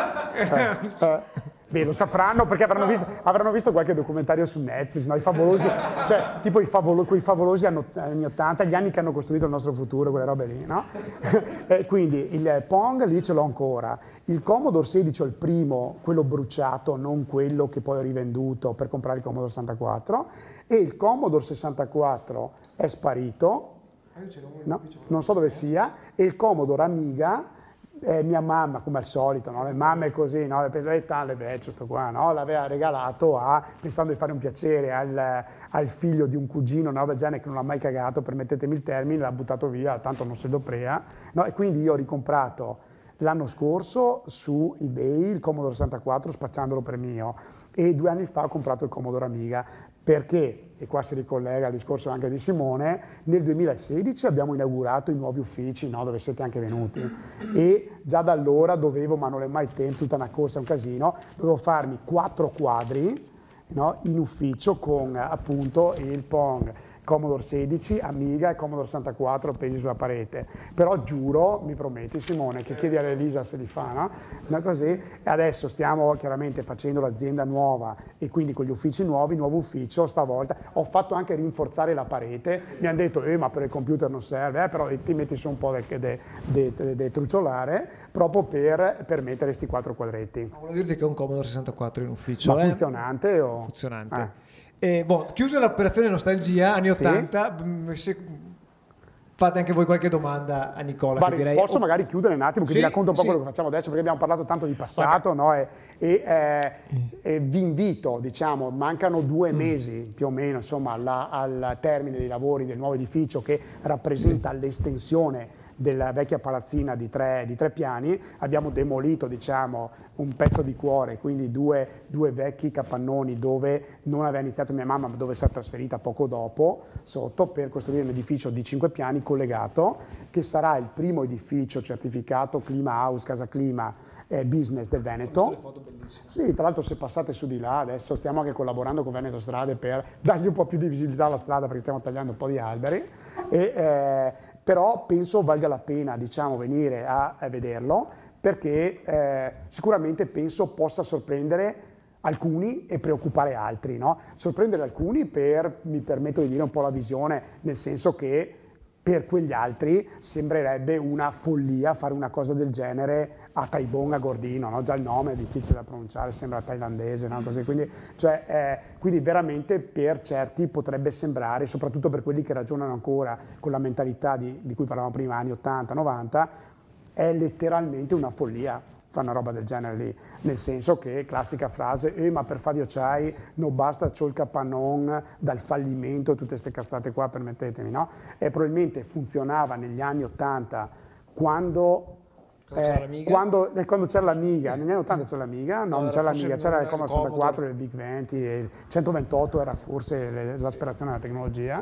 Beh, lo sapranno perché avranno visto qualche documentario su Netflix, no? I favolosi, cioè tipo quei favolosi anni 80, gli anni che hanno costruito il nostro futuro, quelle robe lì, no? Quindi il Pong lì ce l'ho ancora, il Commodore 16 ho il primo, quello bruciato, non quello che poi ho rivenduto per comprare il Commodore 64, e il Commodore 64 è sparito, no? Non so dove sia, e il Commodore Amiga Mia mamma, come al solito, no? Le mamme così, no? Le pensa, tale vecchio sto qua, no? L'aveva regalato pensando di fare un piacere al figlio di un cugino, una roba del genere, che non l'ha mai cagato, permettetemi il termine, l'ha buttato via, tanto non se lo prea, no? E quindi io ho ricomprato l'anno scorso su eBay il Commodore 64 spacciandolo per mio, e 2 anni fa ho comprato il Commodore Amiga perché, e qua si ricollega al discorso anche di Simone, nel 2016 abbiamo inaugurato i nuovi uffici, no, dove siete anche venuti, e già da allora dovevo, ma non è mai tempo, tutta una corsa, un casino, dovevo farmi 4 quadri, no, in ufficio con appunto il Pong, Commodore 16, Amiga e Commodore 64 appesi sulla parete. Però giuro, mi prometti Simone, che chiedi a Elisa se li fa, no? No, così. E adesso stiamo chiaramente facendo l'azienda nuova e quindi con gli uffici nuovi, nuovo ufficio, stavolta ho fatto anche rinforzare la parete, mi hanno detto ma per il computer non serve, però ti metti su un po' di trucciolare proprio per mettere questi 4 quadretti. Volevo dirti che è un Commodore 64 in ufficio. Ma funzionante o? Funzionante. Chiusa l'operazione nostalgia, anni 80, fate anche voi qualche domanda a Nicola. Guarda, che direi... posso magari chiudere un attimo, che vi racconto un po' quello che facciamo adesso, perché abbiamo parlato tanto di passato, no? E vi invito, diciamo, mancano 2 mesi più o meno, insomma, al termine dei lavori del nuovo edificio, che rappresenta l'estensione della vecchia palazzina di tre piani. Abbiamo demolito, diciamo, un pezzo di cuore, quindi due vecchi capannoni dove non aveva iniziato mia mamma, ma dove si è trasferita poco dopo, sotto, per costruire un edificio di 5 piani collegato, che sarà il primo edificio certificato Clima House, Casa Clima Business del Veneto. Sì, tra l'altro se passate su di là, adesso stiamo anche collaborando con Veneto Strade per dargli un po' più di visibilità alla strada, perché stiamo tagliando un po' di alberi, però penso valga la pena, diciamo, venire a vederlo, perché sicuramente penso possa sorprendere alcuni e preoccupare altri, no? Sorprendere alcuni mi permetto di dire, un po' la visione, nel senso che per quegli altri sembrerebbe una follia fare una cosa del genere a Taibong, a Gordino, no? Già il nome è difficile da pronunciare, sembra thailandese, no? Così, quindi veramente per certi potrebbe sembrare, soprattutto per quelli che ragionano ancora con la mentalità di cui parlavamo prima, anni 80, 90, è letteralmente una follia fare una roba del genere lì, nel senso che, classica frase, ma per Fadio C'hai non basta, c'ho il capannon dal fallimento, tutte queste cazzate qua, permettetemi, no? E probabilmente funzionava negli anni 80 quando c'era l'Amiga, negli anni 80 c'era l'Amiga, no, non c'era l'Amiga, c'era il Commodore 64, il VIC-20, e il 128 era forse l'esasperazione della tecnologia,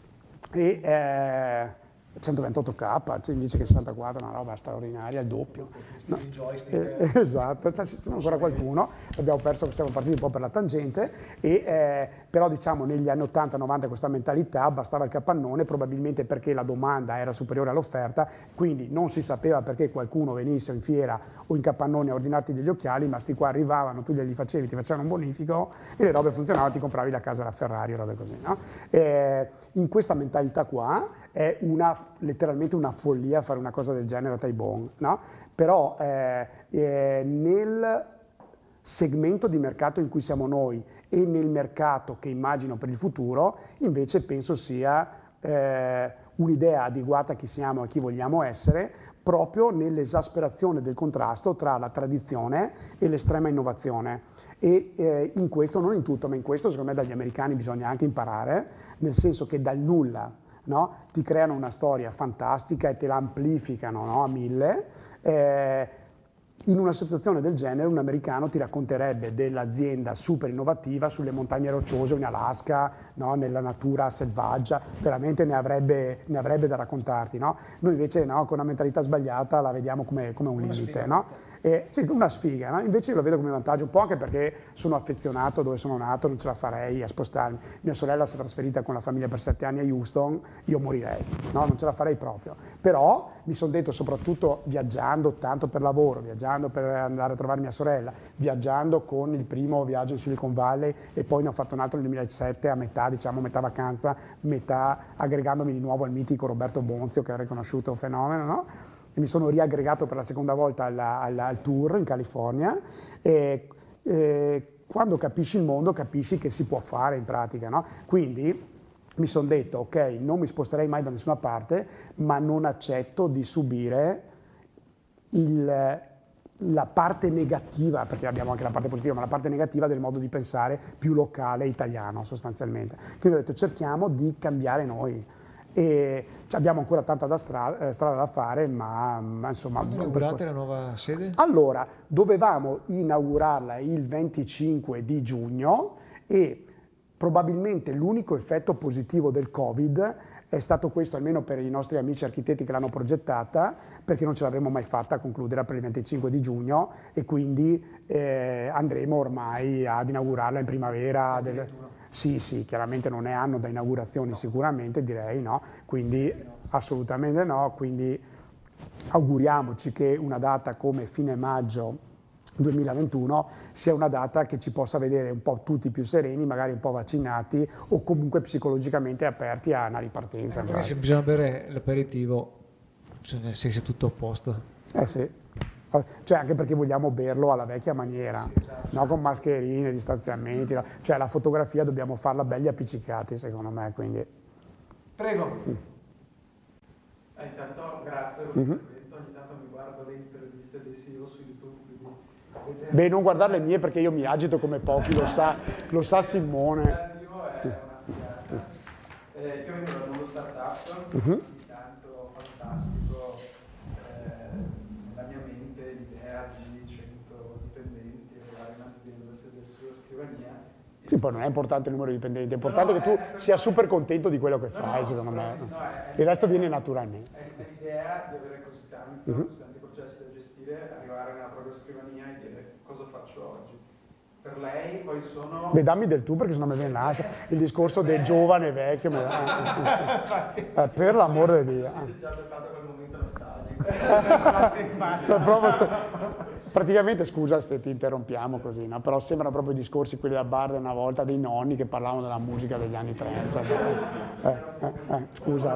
e 128K, cioè invece che 64, una roba straordinaria, il doppio. No? Esatto, c'è ancora qualcuno, abbiamo perso, siamo partiti un po' per la tangente, però diciamo negli anni 80-90 questa mentalità, bastava il capannone, probabilmente perché la domanda era superiore all'offerta, quindi non si sapeva perché qualcuno venisse in fiera o in capannone a ordinarti degli occhiali, ma sti qua arrivavano, tu glieli facevi, ti facevano un bonifico e le robe funzionavano, ti compravi la casa, la Ferrari, robe così, no? In questa mentalità qua è letteralmente una follia fare una cosa del genere a Taibong, no? Però nel segmento di mercato in cui siamo noi e nel mercato che immagino per il futuro, invece penso sia un'idea adeguata a chi siamo e a chi vogliamo essere, proprio nell'esasperazione del contrasto tra la tradizione e l'estrema innovazione. E in questo, non in tutto, ma in questo secondo me dagli americani bisogna anche imparare, nel senso che dal nulla, no? Ti creano una storia fantastica e te la amplificano, no? A 1000. In una situazione del genere un americano ti racconterebbe dell'azienda super innovativa sulle montagne rocciose in Alaska, no? Nella natura selvaggia, veramente ne avrebbe da raccontarti, no? Noi invece, no, con una mentalità sbagliata la vediamo come un limite, no? Sì, una sfiga, no? Invece io lo vedo come vantaggio, un po' anche perché sono affezionato dove sono nato, non ce la farei a spostarmi. Mia sorella si è trasferita con la famiglia per 7 anni a Houston, io morirei, no? Non ce la farei proprio. Però mi sono detto, soprattutto viaggiando tanto per lavoro, viaggiando per andare a trovare mia sorella, viaggiando con il primo viaggio in Silicon Valley e poi ne ho fatto un altro nel 2007 a metà, diciamo, metà vacanza, metà aggregandomi di nuovo al mitico Roberto Bonzio, che avrei conosciuto, un fenomeno, no? E mi sono riaggregato per la seconda volta al tour in California e quando capisci il mondo capisci che si può fare in pratica, no? Quindi mi sono detto, ok, non mi sposterei mai da nessuna parte, ma non accetto di subire la parte negativa, perché abbiamo anche la parte positiva, ma la parte negativa del modo di pensare più locale italiano sostanzialmente. Quindi ho detto cerchiamo di cambiare noi. E abbiamo ancora tanta strada da fare, ma insomma... Quando inaugurate la nuova sede? Allora, dovevamo inaugurarla il 25 di giugno e probabilmente l'unico effetto positivo del Covid è stato questo, almeno per i nostri amici architetti che l'hanno progettata, perché non ce l'avremmo mai fatta a concludere per il 25 di giugno e quindi andremo ormai ad inaugurarla in primavera. Sì, chiaramente non è anno da inaugurazioni, sicuramente direi, no? Quindi assolutamente no, quindi auguriamoci che una data come fine maggio 2021 sia una data che ci possa vedere un po' tutti più sereni, magari un po' vaccinati o comunque psicologicamente aperti a una ripartenza. Perché se bisogna bere l'aperitivo, se è tutto a posto. Sì. Cioè anche perché vogliamo berlo alla vecchia maniera, sì, esatto. No? Con mascherine, distanziamenti, cioè la fotografia dobbiamo farla belli appiccicati secondo me, quindi... Prego. Intanto grazie per l'intervento, ogni tanto mi guardo le interviste dei CEO su YouTube, quindi... Beh, non guardare le mie perché io mi agito come pochi, lo sa Simone. È una figata. Io vengo dal mondo startup, intanto fantastico, nella mia mente l'idea di 100 dipendenti, arrivare in azienda, sedere sulla scrivania. Sì, poi non è importante il numero di dipendenti, è importante che tu sia super contento di quello che fai, secondo me. Il resto viene naturalmente. È l'idea di avere così tanti processi da gestire, arrivare nella propria scrivania e dire cosa faccio oggi. Per lei poi sono... Beh, dammi del tu perché sennò mi viene l'ansia. Il discorso del giovane e vecchio. Per l'amore di Dio. Avete già giocato quel momento nostalgico. Praticamente, scusa se ti interrompiamo così, no? Però sembrano proprio i discorsi quelli da bar una volta dei nonni che parlavano della musica degli anni 30. Scusa.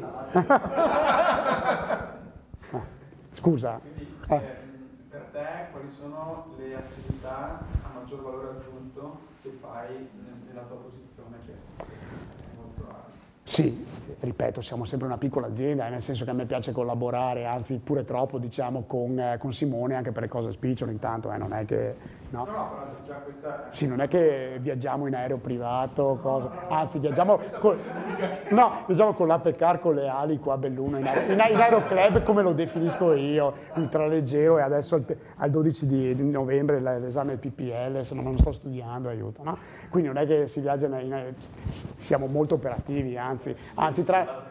Scusa. Quindi, per te quali sono le attività a maggior valore aggiunto che fai nella tua posizione che è molto alta? Sì, ripeto, siamo sempre una piccola azienda, nel senso che a me piace collaborare, anzi pure troppo, diciamo, con Simone, anche per le cose spicciole intanto, non è che... No, però già questa... Sì, non è che viaggiamo in aereo privato, anzi viaggiamo con l'Ape Car con le ali qua a Belluno, in aeroclub come lo definisco io, ultraleggero, e adesso al 12 di novembre l'esame PPL, se non sto studiando, aiuto, no? Quindi non è che si viaggia siamo molto operativi, anzi tra...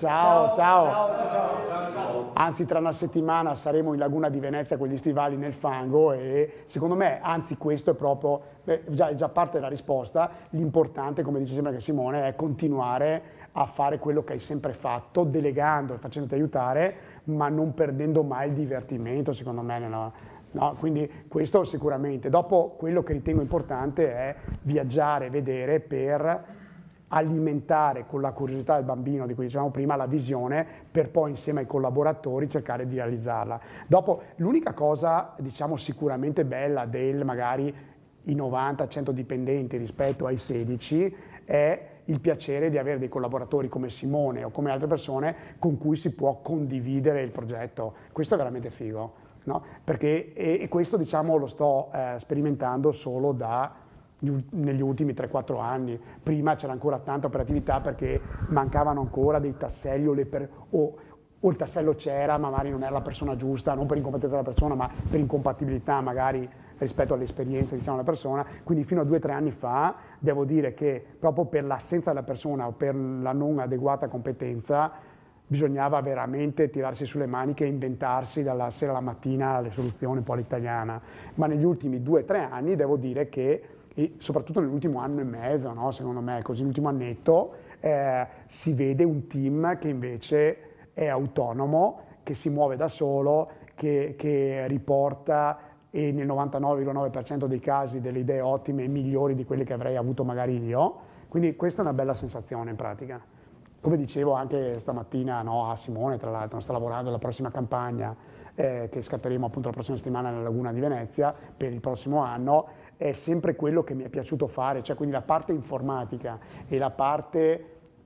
Ciao. Anzi, tra una settimana saremo in Laguna di Venezia con gli stivali nel fango e secondo me, anzi questo è proprio, già parte della risposta, l'importante, come dice sempre anche Simone, è continuare a fare quello che hai sempre fatto, delegando e facendoti aiutare, ma non perdendo mai il divertimento, secondo me. No, quindi questo sicuramente. Dopo quello che ritengo importante è viaggiare, vedere per alimentare con la curiosità del bambino, di cui dicevamo prima, la visione per poi insieme ai collaboratori cercare di realizzarla. Dopo, l'unica cosa, diciamo, sicuramente bella del magari i 90-100 dipendenti rispetto ai 16 è il piacere di avere dei collaboratori come Simone o come altre persone con cui si può condividere il progetto. Questo è veramente figo, no? Perché, e questo, diciamo, lo sto sperimentando solo negli ultimi 3-4 anni. Prima c'era ancora tanta operatività perché mancavano ancora dei tasselli o il tassello c'era, ma magari non era la persona giusta, non per incompetenza della persona, ma per incompatibilità magari rispetto alle esperienze, diciamo, della persona. Quindi fino a 2-3 anni fa devo dire che proprio per l'assenza della persona o per la non adeguata competenza bisognava veramente tirarsi sulle maniche e inventarsi dalla sera alla mattina le soluzioni un po' all'italiana. Ma negli ultimi 2-3 anni devo dire che, e soprattutto nell'ultimo anno e mezzo, no? Secondo me, così l'ultimo annetto, si vede un team che invece è autonomo, che si muove da solo, che riporta e nel 99,9% dei casi delle idee ottime e migliori di quelle che avrei avuto magari io. Quindi questa è una bella sensazione in pratica. Come dicevo anche stamattina, no, a Simone, tra l'altro, sta lavorando alla prossima campagna che scatteremo appunto la prossima settimana nella Laguna di Venezia per il prossimo anno. È sempre quello che mi è piaciuto fare, cioè quindi la parte informatica e la parte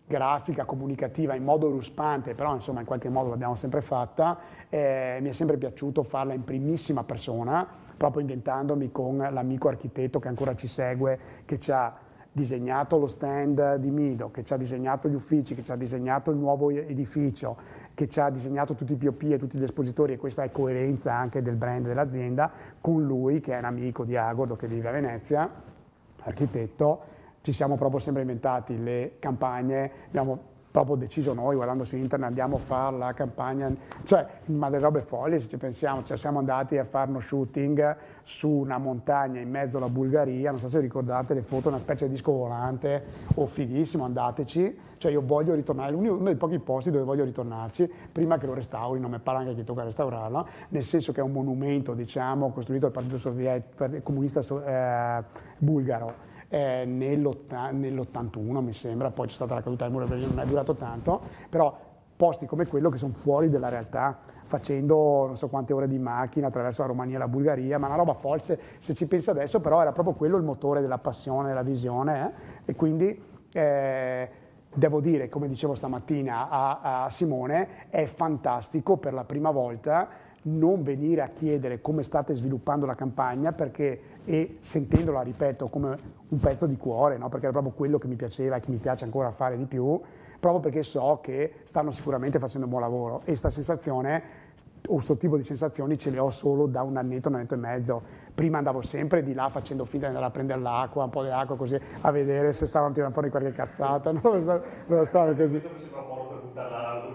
grafica, comunicativa in modo ruspante, però insomma in qualche modo l'abbiamo sempre fatta, mi è sempre piaciuto farla in primissima persona, proprio inventandomi con l'amico architetto che ancora ci segue, che ci ha disegnato lo stand di Mido, che ci ha disegnato gli uffici, che ci ha disegnato il nuovo edificio, che ci ha disegnato tutti i POP e tutti gli espositori, e questa è coerenza anche del brand dell'azienda, con lui che è un amico di Agordo che vive a Venezia, architetto. Ci siamo proprio sempre inventati le campagne, abbiamo proprio deciso noi, guardando su internet, andiamo a fare la campagna, cioè, ma delle robe folli se ci pensiamo, cioè, siamo andati a fare uno shooting su una montagna in mezzo alla Bulgaria, non so se ricordate le foto, una specie di disco volante, fighissimo, andateci, cioè io voglio ritornare, uno dei pochi posti dove voglio ritornarci, prima che lo restauri, non mi pare anche che tocca restaurarlo, nel senso che è un monumento, diciamo, costruito dal Partito Comunista Bulgaro, nell'81 mi sembra, poi c'è stata la caduta del muro, non è durato tanto, però posti come quello che sono fuori della realtà, facendo non so quante ore di macchina attraverso la Romania e la Bulgaria, ma una roba folle, se ci penso adesso, però era proprio quello il motore della passione, della visione, e quindi devo dire, come dicevo stamattina a Simone, è fantastico per la prima volta non venire a chiedere come state sviluppando la campagna, perché, e sentendola, ripeto, come un pezzo di cuore, no? Perché era proprio quello che mi piaceva e che mi piace ancora fare di più, proprio perché so che stanno sicuramente facendo un buon lavoro, e sta sensazione, o sto tipo di sensazioni, ce le ho solo da un annetto e mezzo. Prima andavo sempre di là facendo finta di andare a prendere l'acqua, un po' di acqua così, a vedere se stavano tirando fuori qualche cazzata, no? Non stavano così. Questo mi sembra un modo per buttare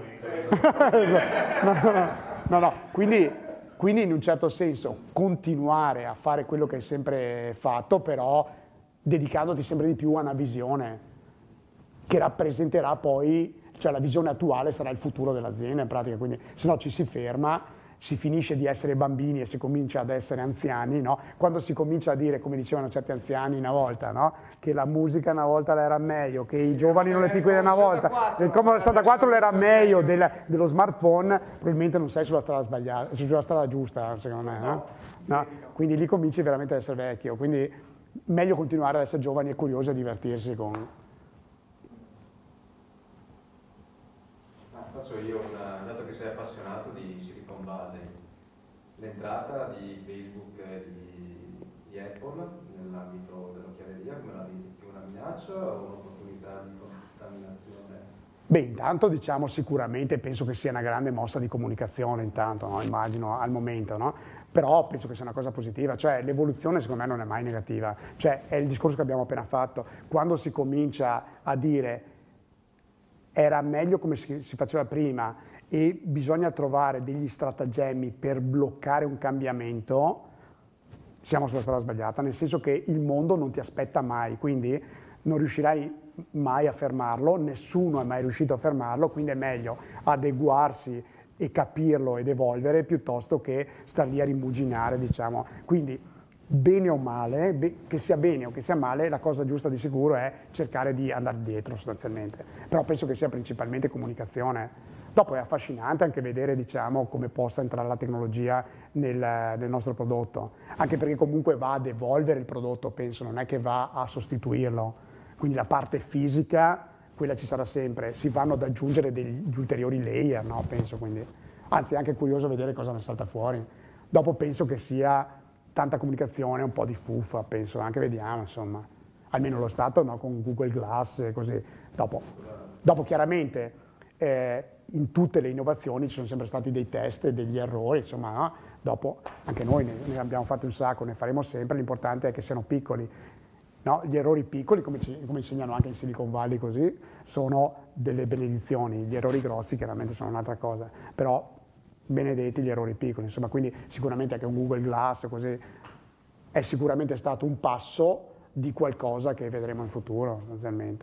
l'argomento. No, quindi in un certo senso continuare a fare quello che hai sempre fatto, però dedicandoti sempre di più a una visione che rappresenterà poi, cioè la visione attuale sarà il futuro dell'azienda in pratica, quindi se no ci si ferma, si finisce di essere bambini e si comincia ad essere anziani, no? Quando si comincia a dire, come dicevano certi anziani una volta, no? Che la musica una volta era meglio, che i giovani non le piccole una volta, il Commodore 64 era meglio dello smartphone, probabilmente non sei sulla strada sbagliata, sulla strada giusta, secondo me, no? No? Quindi lì cominci veramente ad essere vecchio, quindi meglio continuare ad essere giovani e curiosi e divertirsi con... Faccio io, dato che sei appassionato di Silicon Valley, l'entrata di Facebook e di Apple nell'ambito dell'occhialeria, come la vedi? Più una minaccia o un'opportunità di contaminazione? Beh, intanto diciamo sicuramente penso che sia una grande mossa di comunicazione, intanto, no? Immagino al momento, no? Però penso che sia una cosa positiva, cioè l'evoluzione secondo me non è mai negativa, cioè è il discorso che abbiamo appena fatto, quando si comincia a dire era meglio come si faceva prima e bisogna trovare degli stratagemmi per bloccare un cambiamento, siamo sulla strada sbagliata, nel senso che il mondo non ti aspetta mai, quindi non riuscirai mai a fermarlo, nessuno è mai riuscito a fermarlo, quindi è meglio adeguarsi e capirlo ed evolvere piuttosto che star lì a rimuginare, diciamo. Quindi bene o male, che sia bene o che sia male, la cosa giusta di sicuro è cercare di andare dietro sostanzialmente. Però penso che sia principalmente comunicazione. Dopo è affascinante anche vedere, diciamo, come possa entrare la tecnologia nel nostro prodotto, anche perché comunque va ad evolvere il prodotto, penso, non è che va a sostituirlo. Quindi la parte fisica, quella ci sarà sempre, si vanno ad aggiungere degli ulteriori layer, no? Penso, quindi. Anzi, è anche curioso vedere cosa ne salta fuori. Dopo penso che sia tanta comunicazione, un po' di fuffa, penso, anche vediamo, insomma. Almeno lo Stato, no? Con Google Glass e così. Dopo chiaramente, in tutte le innovazioni ci sono sempre stati dei test e degli errori, insomma, no? Dopo anche noi ne abbiamo fatti un sacco, ne faremo sempre, l'importante è che siano piccoli. No? Gli errori piccoli, come insegnano anche in Silicon Valley così, sono delle benedizioni, gli errori grossi chiaramente sono un'altra cosa, però benedetti gli errori piccoli, insomma, quindi sicuramente anche un Google Glass così è sicuramente stato un passo di qualcosa che vedremo in futuro sostanzialmente.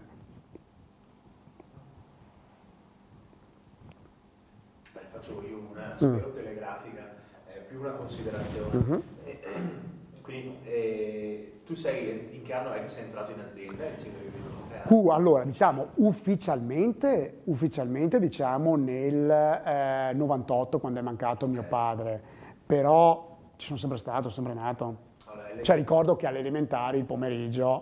Beh, faccio io una, spero telegrafica, più una considerazione. Quindi tu sei, in che anno è che sei entrato in azienda? Allora, diciamo ufficialmente diciamo nel 98, quando è mancato mio padre, però ci sono sempre stato, sempre nato. Cioè ricordo che alle elementari il pomeriggio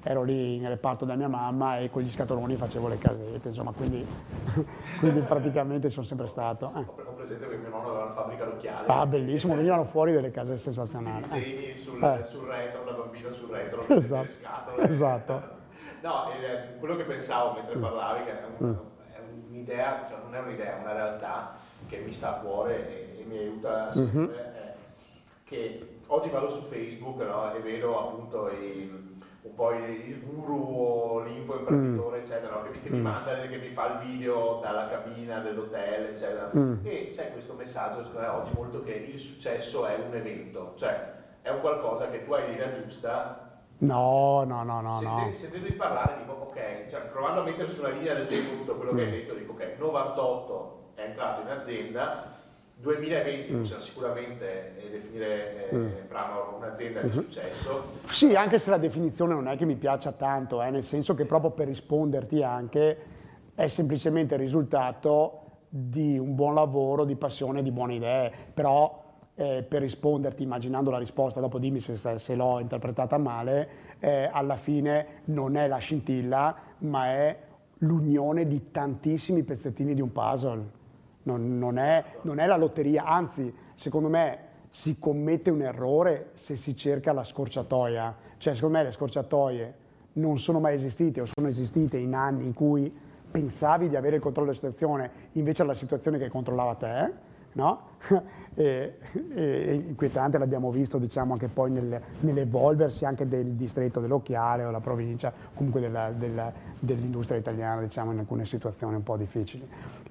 ero lì nel reparto da mia mamma e con gli scatoloni facevo le casette, insomma, quindi praticamente sono sempre stato. Ho presente che mio nonno aveva una fabbrica d'occhiali. Ah, bellissimo, venivano fuori delle case sensazionali. Disegni sul retro, da bambino sul retro, Esatto. le scatole. Esatto. No, quello che pensavo mentre parlavi, che è un'idea, cioè non è un'idea, è una realtà che mi sta a cuore e mi aiuta sempre, è che oggi vado su Facebook, no, e vedo appunto un po' il guru o l'infoimprenditore, eccetera, no, che mi manda, che mi fa il video dalla cabina dell'hotel, eccetera. E c'è questo messaggio, secondo me, oggi molto, che il successo è un evento, cioè è un qualcosa che tu hai l'idea giusta. No. Se devi parlare, dico ok, cioè provando a mettere sulla linea del tempo tutto quello che hai detto, dico ok, 98 è entrato in azienda, 2020 possiamo sicuramente definire Pramor un'azienda di successo. Sì, anche se la definizione non è che mi piaccia tanto, nel senso che proprio per risponderti anche è semplicemente il risultato di un buon lavoro, di passione, di buone idee, però per risponderti immaginando la risposta, dopo dimmi se l'ho interpretata male, alla fine non è la scintilla, ma è l'unione di tantissimi pezzettini di un puzzle. Non è la lotteria, anzi, secondo me si commette un errore se si cerca la scorciatoia. Cioè, secondo me le scorciatoie non sono mai esistite, o sono esistite in anni in cui pensavi di avere il controllo della situazione, invece era la situazione che controllava te, no? E inquietante l'abbiamo visto, diciamo, anche poi nell'evolversi anche del distretto dell'occhiale o la provincia, comunque dell'industria italiana, diciamo, in alcune situazioni un po' difficili.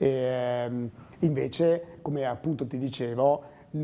Invece, come appunto ti dicevo,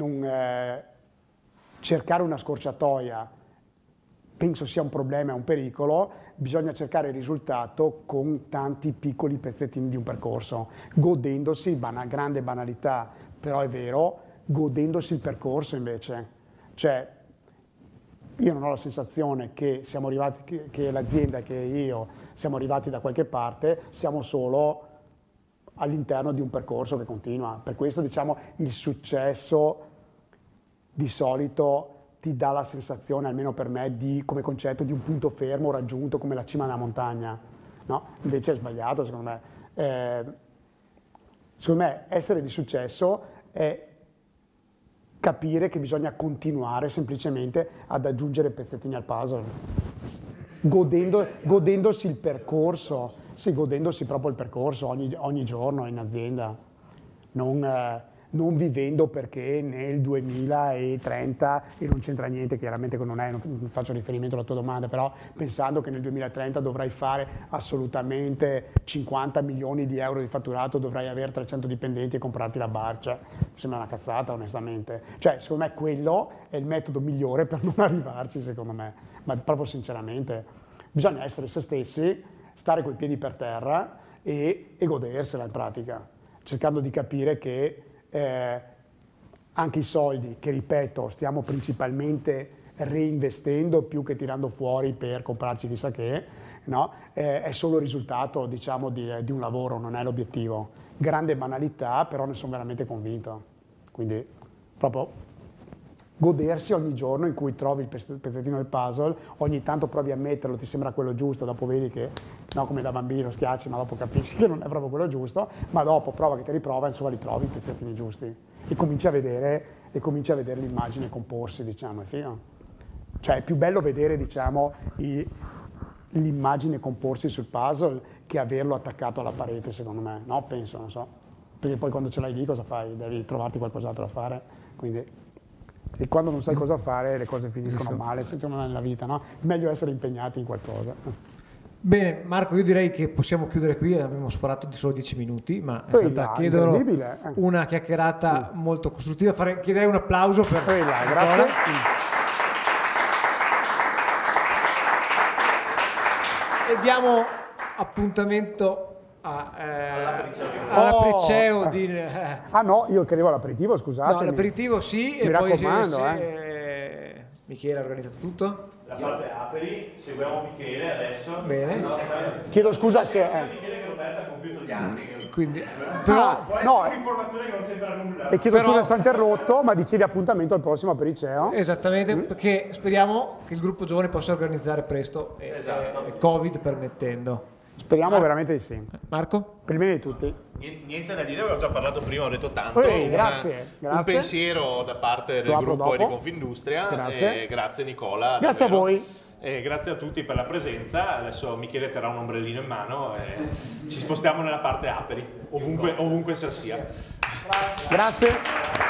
cercare una scorciatoia penso sia un problema, è un pericolo. Bisogna cercare il risultato con tanti piccoli pezzettini di un percorso, godendosi, grande banalità, però è vero, godendosi il percorso invece. Cioè, io non ho la sensazione che siamo arrivati, che l'azienda, che io siamo arrivati da qualche parte, siamo solo all'interno di un percorso che continua. Per questo, diciamo, il successo di solito ti dà la sensazione, almeno per me, come concetto di un punto fermo raggiunto come la cima della montagna, no? Invece è sbagliato, secondo me. Secondo me essere di successo è capire che bisogna continuare semplicemente ad aggiungere pezzettini al puzzle, godendosi il percorso, sì, godendosi proprio il percorso ogni giorno in azienda, non vivendo perché nel 2030, e non c'entra niente, chiaramente non faccio riferimento alla tua domanda, però pensando che nel 2030 dovrai fare assolutamente 50 milioni di euro di fatturato, dovrai avere 300 dipendenti e comprarti la barca, mi sembra una cazzata onestamente. Cioè, secondo me quello è il metodo migliore per non arrivarci, secondo me, ma proprio sinceramente. Bisogna essere se stessi, stare coi piedi per terra e godersela in pratica, cercando di capire che anche i soldi che, ripeto, stiamo principalmente reinvestendo più che tirando fuori per comprarci chissà che, no? È solo il risultato, diciamo, di un lavoro, non è l'obiettivo. Grande banalità, però ne sono veramente convinto. Quindi proprio godersi ogni giorno in cui trovi il pezzettino del puzzle, ogni tanto provi a metterlo, ti sembra quello giusto, dopo vedi che, no, come da bambino schiacci, ma dopo capisci che non è proprio quello giusto, ma dopo prova che te riprova, insomma li trovi i pezzettini giusti e cominci a vedere l'immagine comporsi, diciamo, è figo. Cioè è più bello vedere, diciamo, l'immagine comporsi sul puzzle che averlo attaccato alla parete, secondo me, no? Penso, non so, perché poi quando ce l'hai lì cosa fai? Devi trovarti qualcos'altro da fare, quindi... E quando non sai cosa fare le cose finiscono male, nella vita, no? Meglio essere impegnati in qualcosa. Bene, Marco, io direi che possiamo chiudere qui, abbiamo sforato di solo 10 minuti, ma è stata, credo, una chiacchierata molto costruttiva. Chiederei un applauso per grazie. E diamo appuntamento all'apericeo di... Ah no, io credevo all'aperitivo, scusate. No, l'aperitivo sì, mi e raccomando, poi Michele ha organizzato tutto. La parte aperi, seguiamo Michele adesso. Bene. Chiedo scusa se... Michele che Roberta ha compiuto gli negli anni. Quindi, Può essere no, un'informazione che non c'entra nulla. E chiedo scusa se ho interrotto, ma dicevi appuntamento al prossimo Apericeo. esattamente, perché speriamo che il gruppo giovane possa organizzare presto, Esatto. Covid permettendo. Speriamo veramente di sì. Marco? Per il bene di tutti. Niente da dire, avevo già parlato prima, ho detto tanto. Grazie. Un pensiero da parte del Lo apro gruppo di dopo. Confindustria. Grazie. Grazie Nicola. Grazie davvero. a voi. E grazie a tutti per la presenza. Adesso Michele terrà un ombrellino in mano e ci spostiamo nella parte aperi, ovunque sia. Grazie.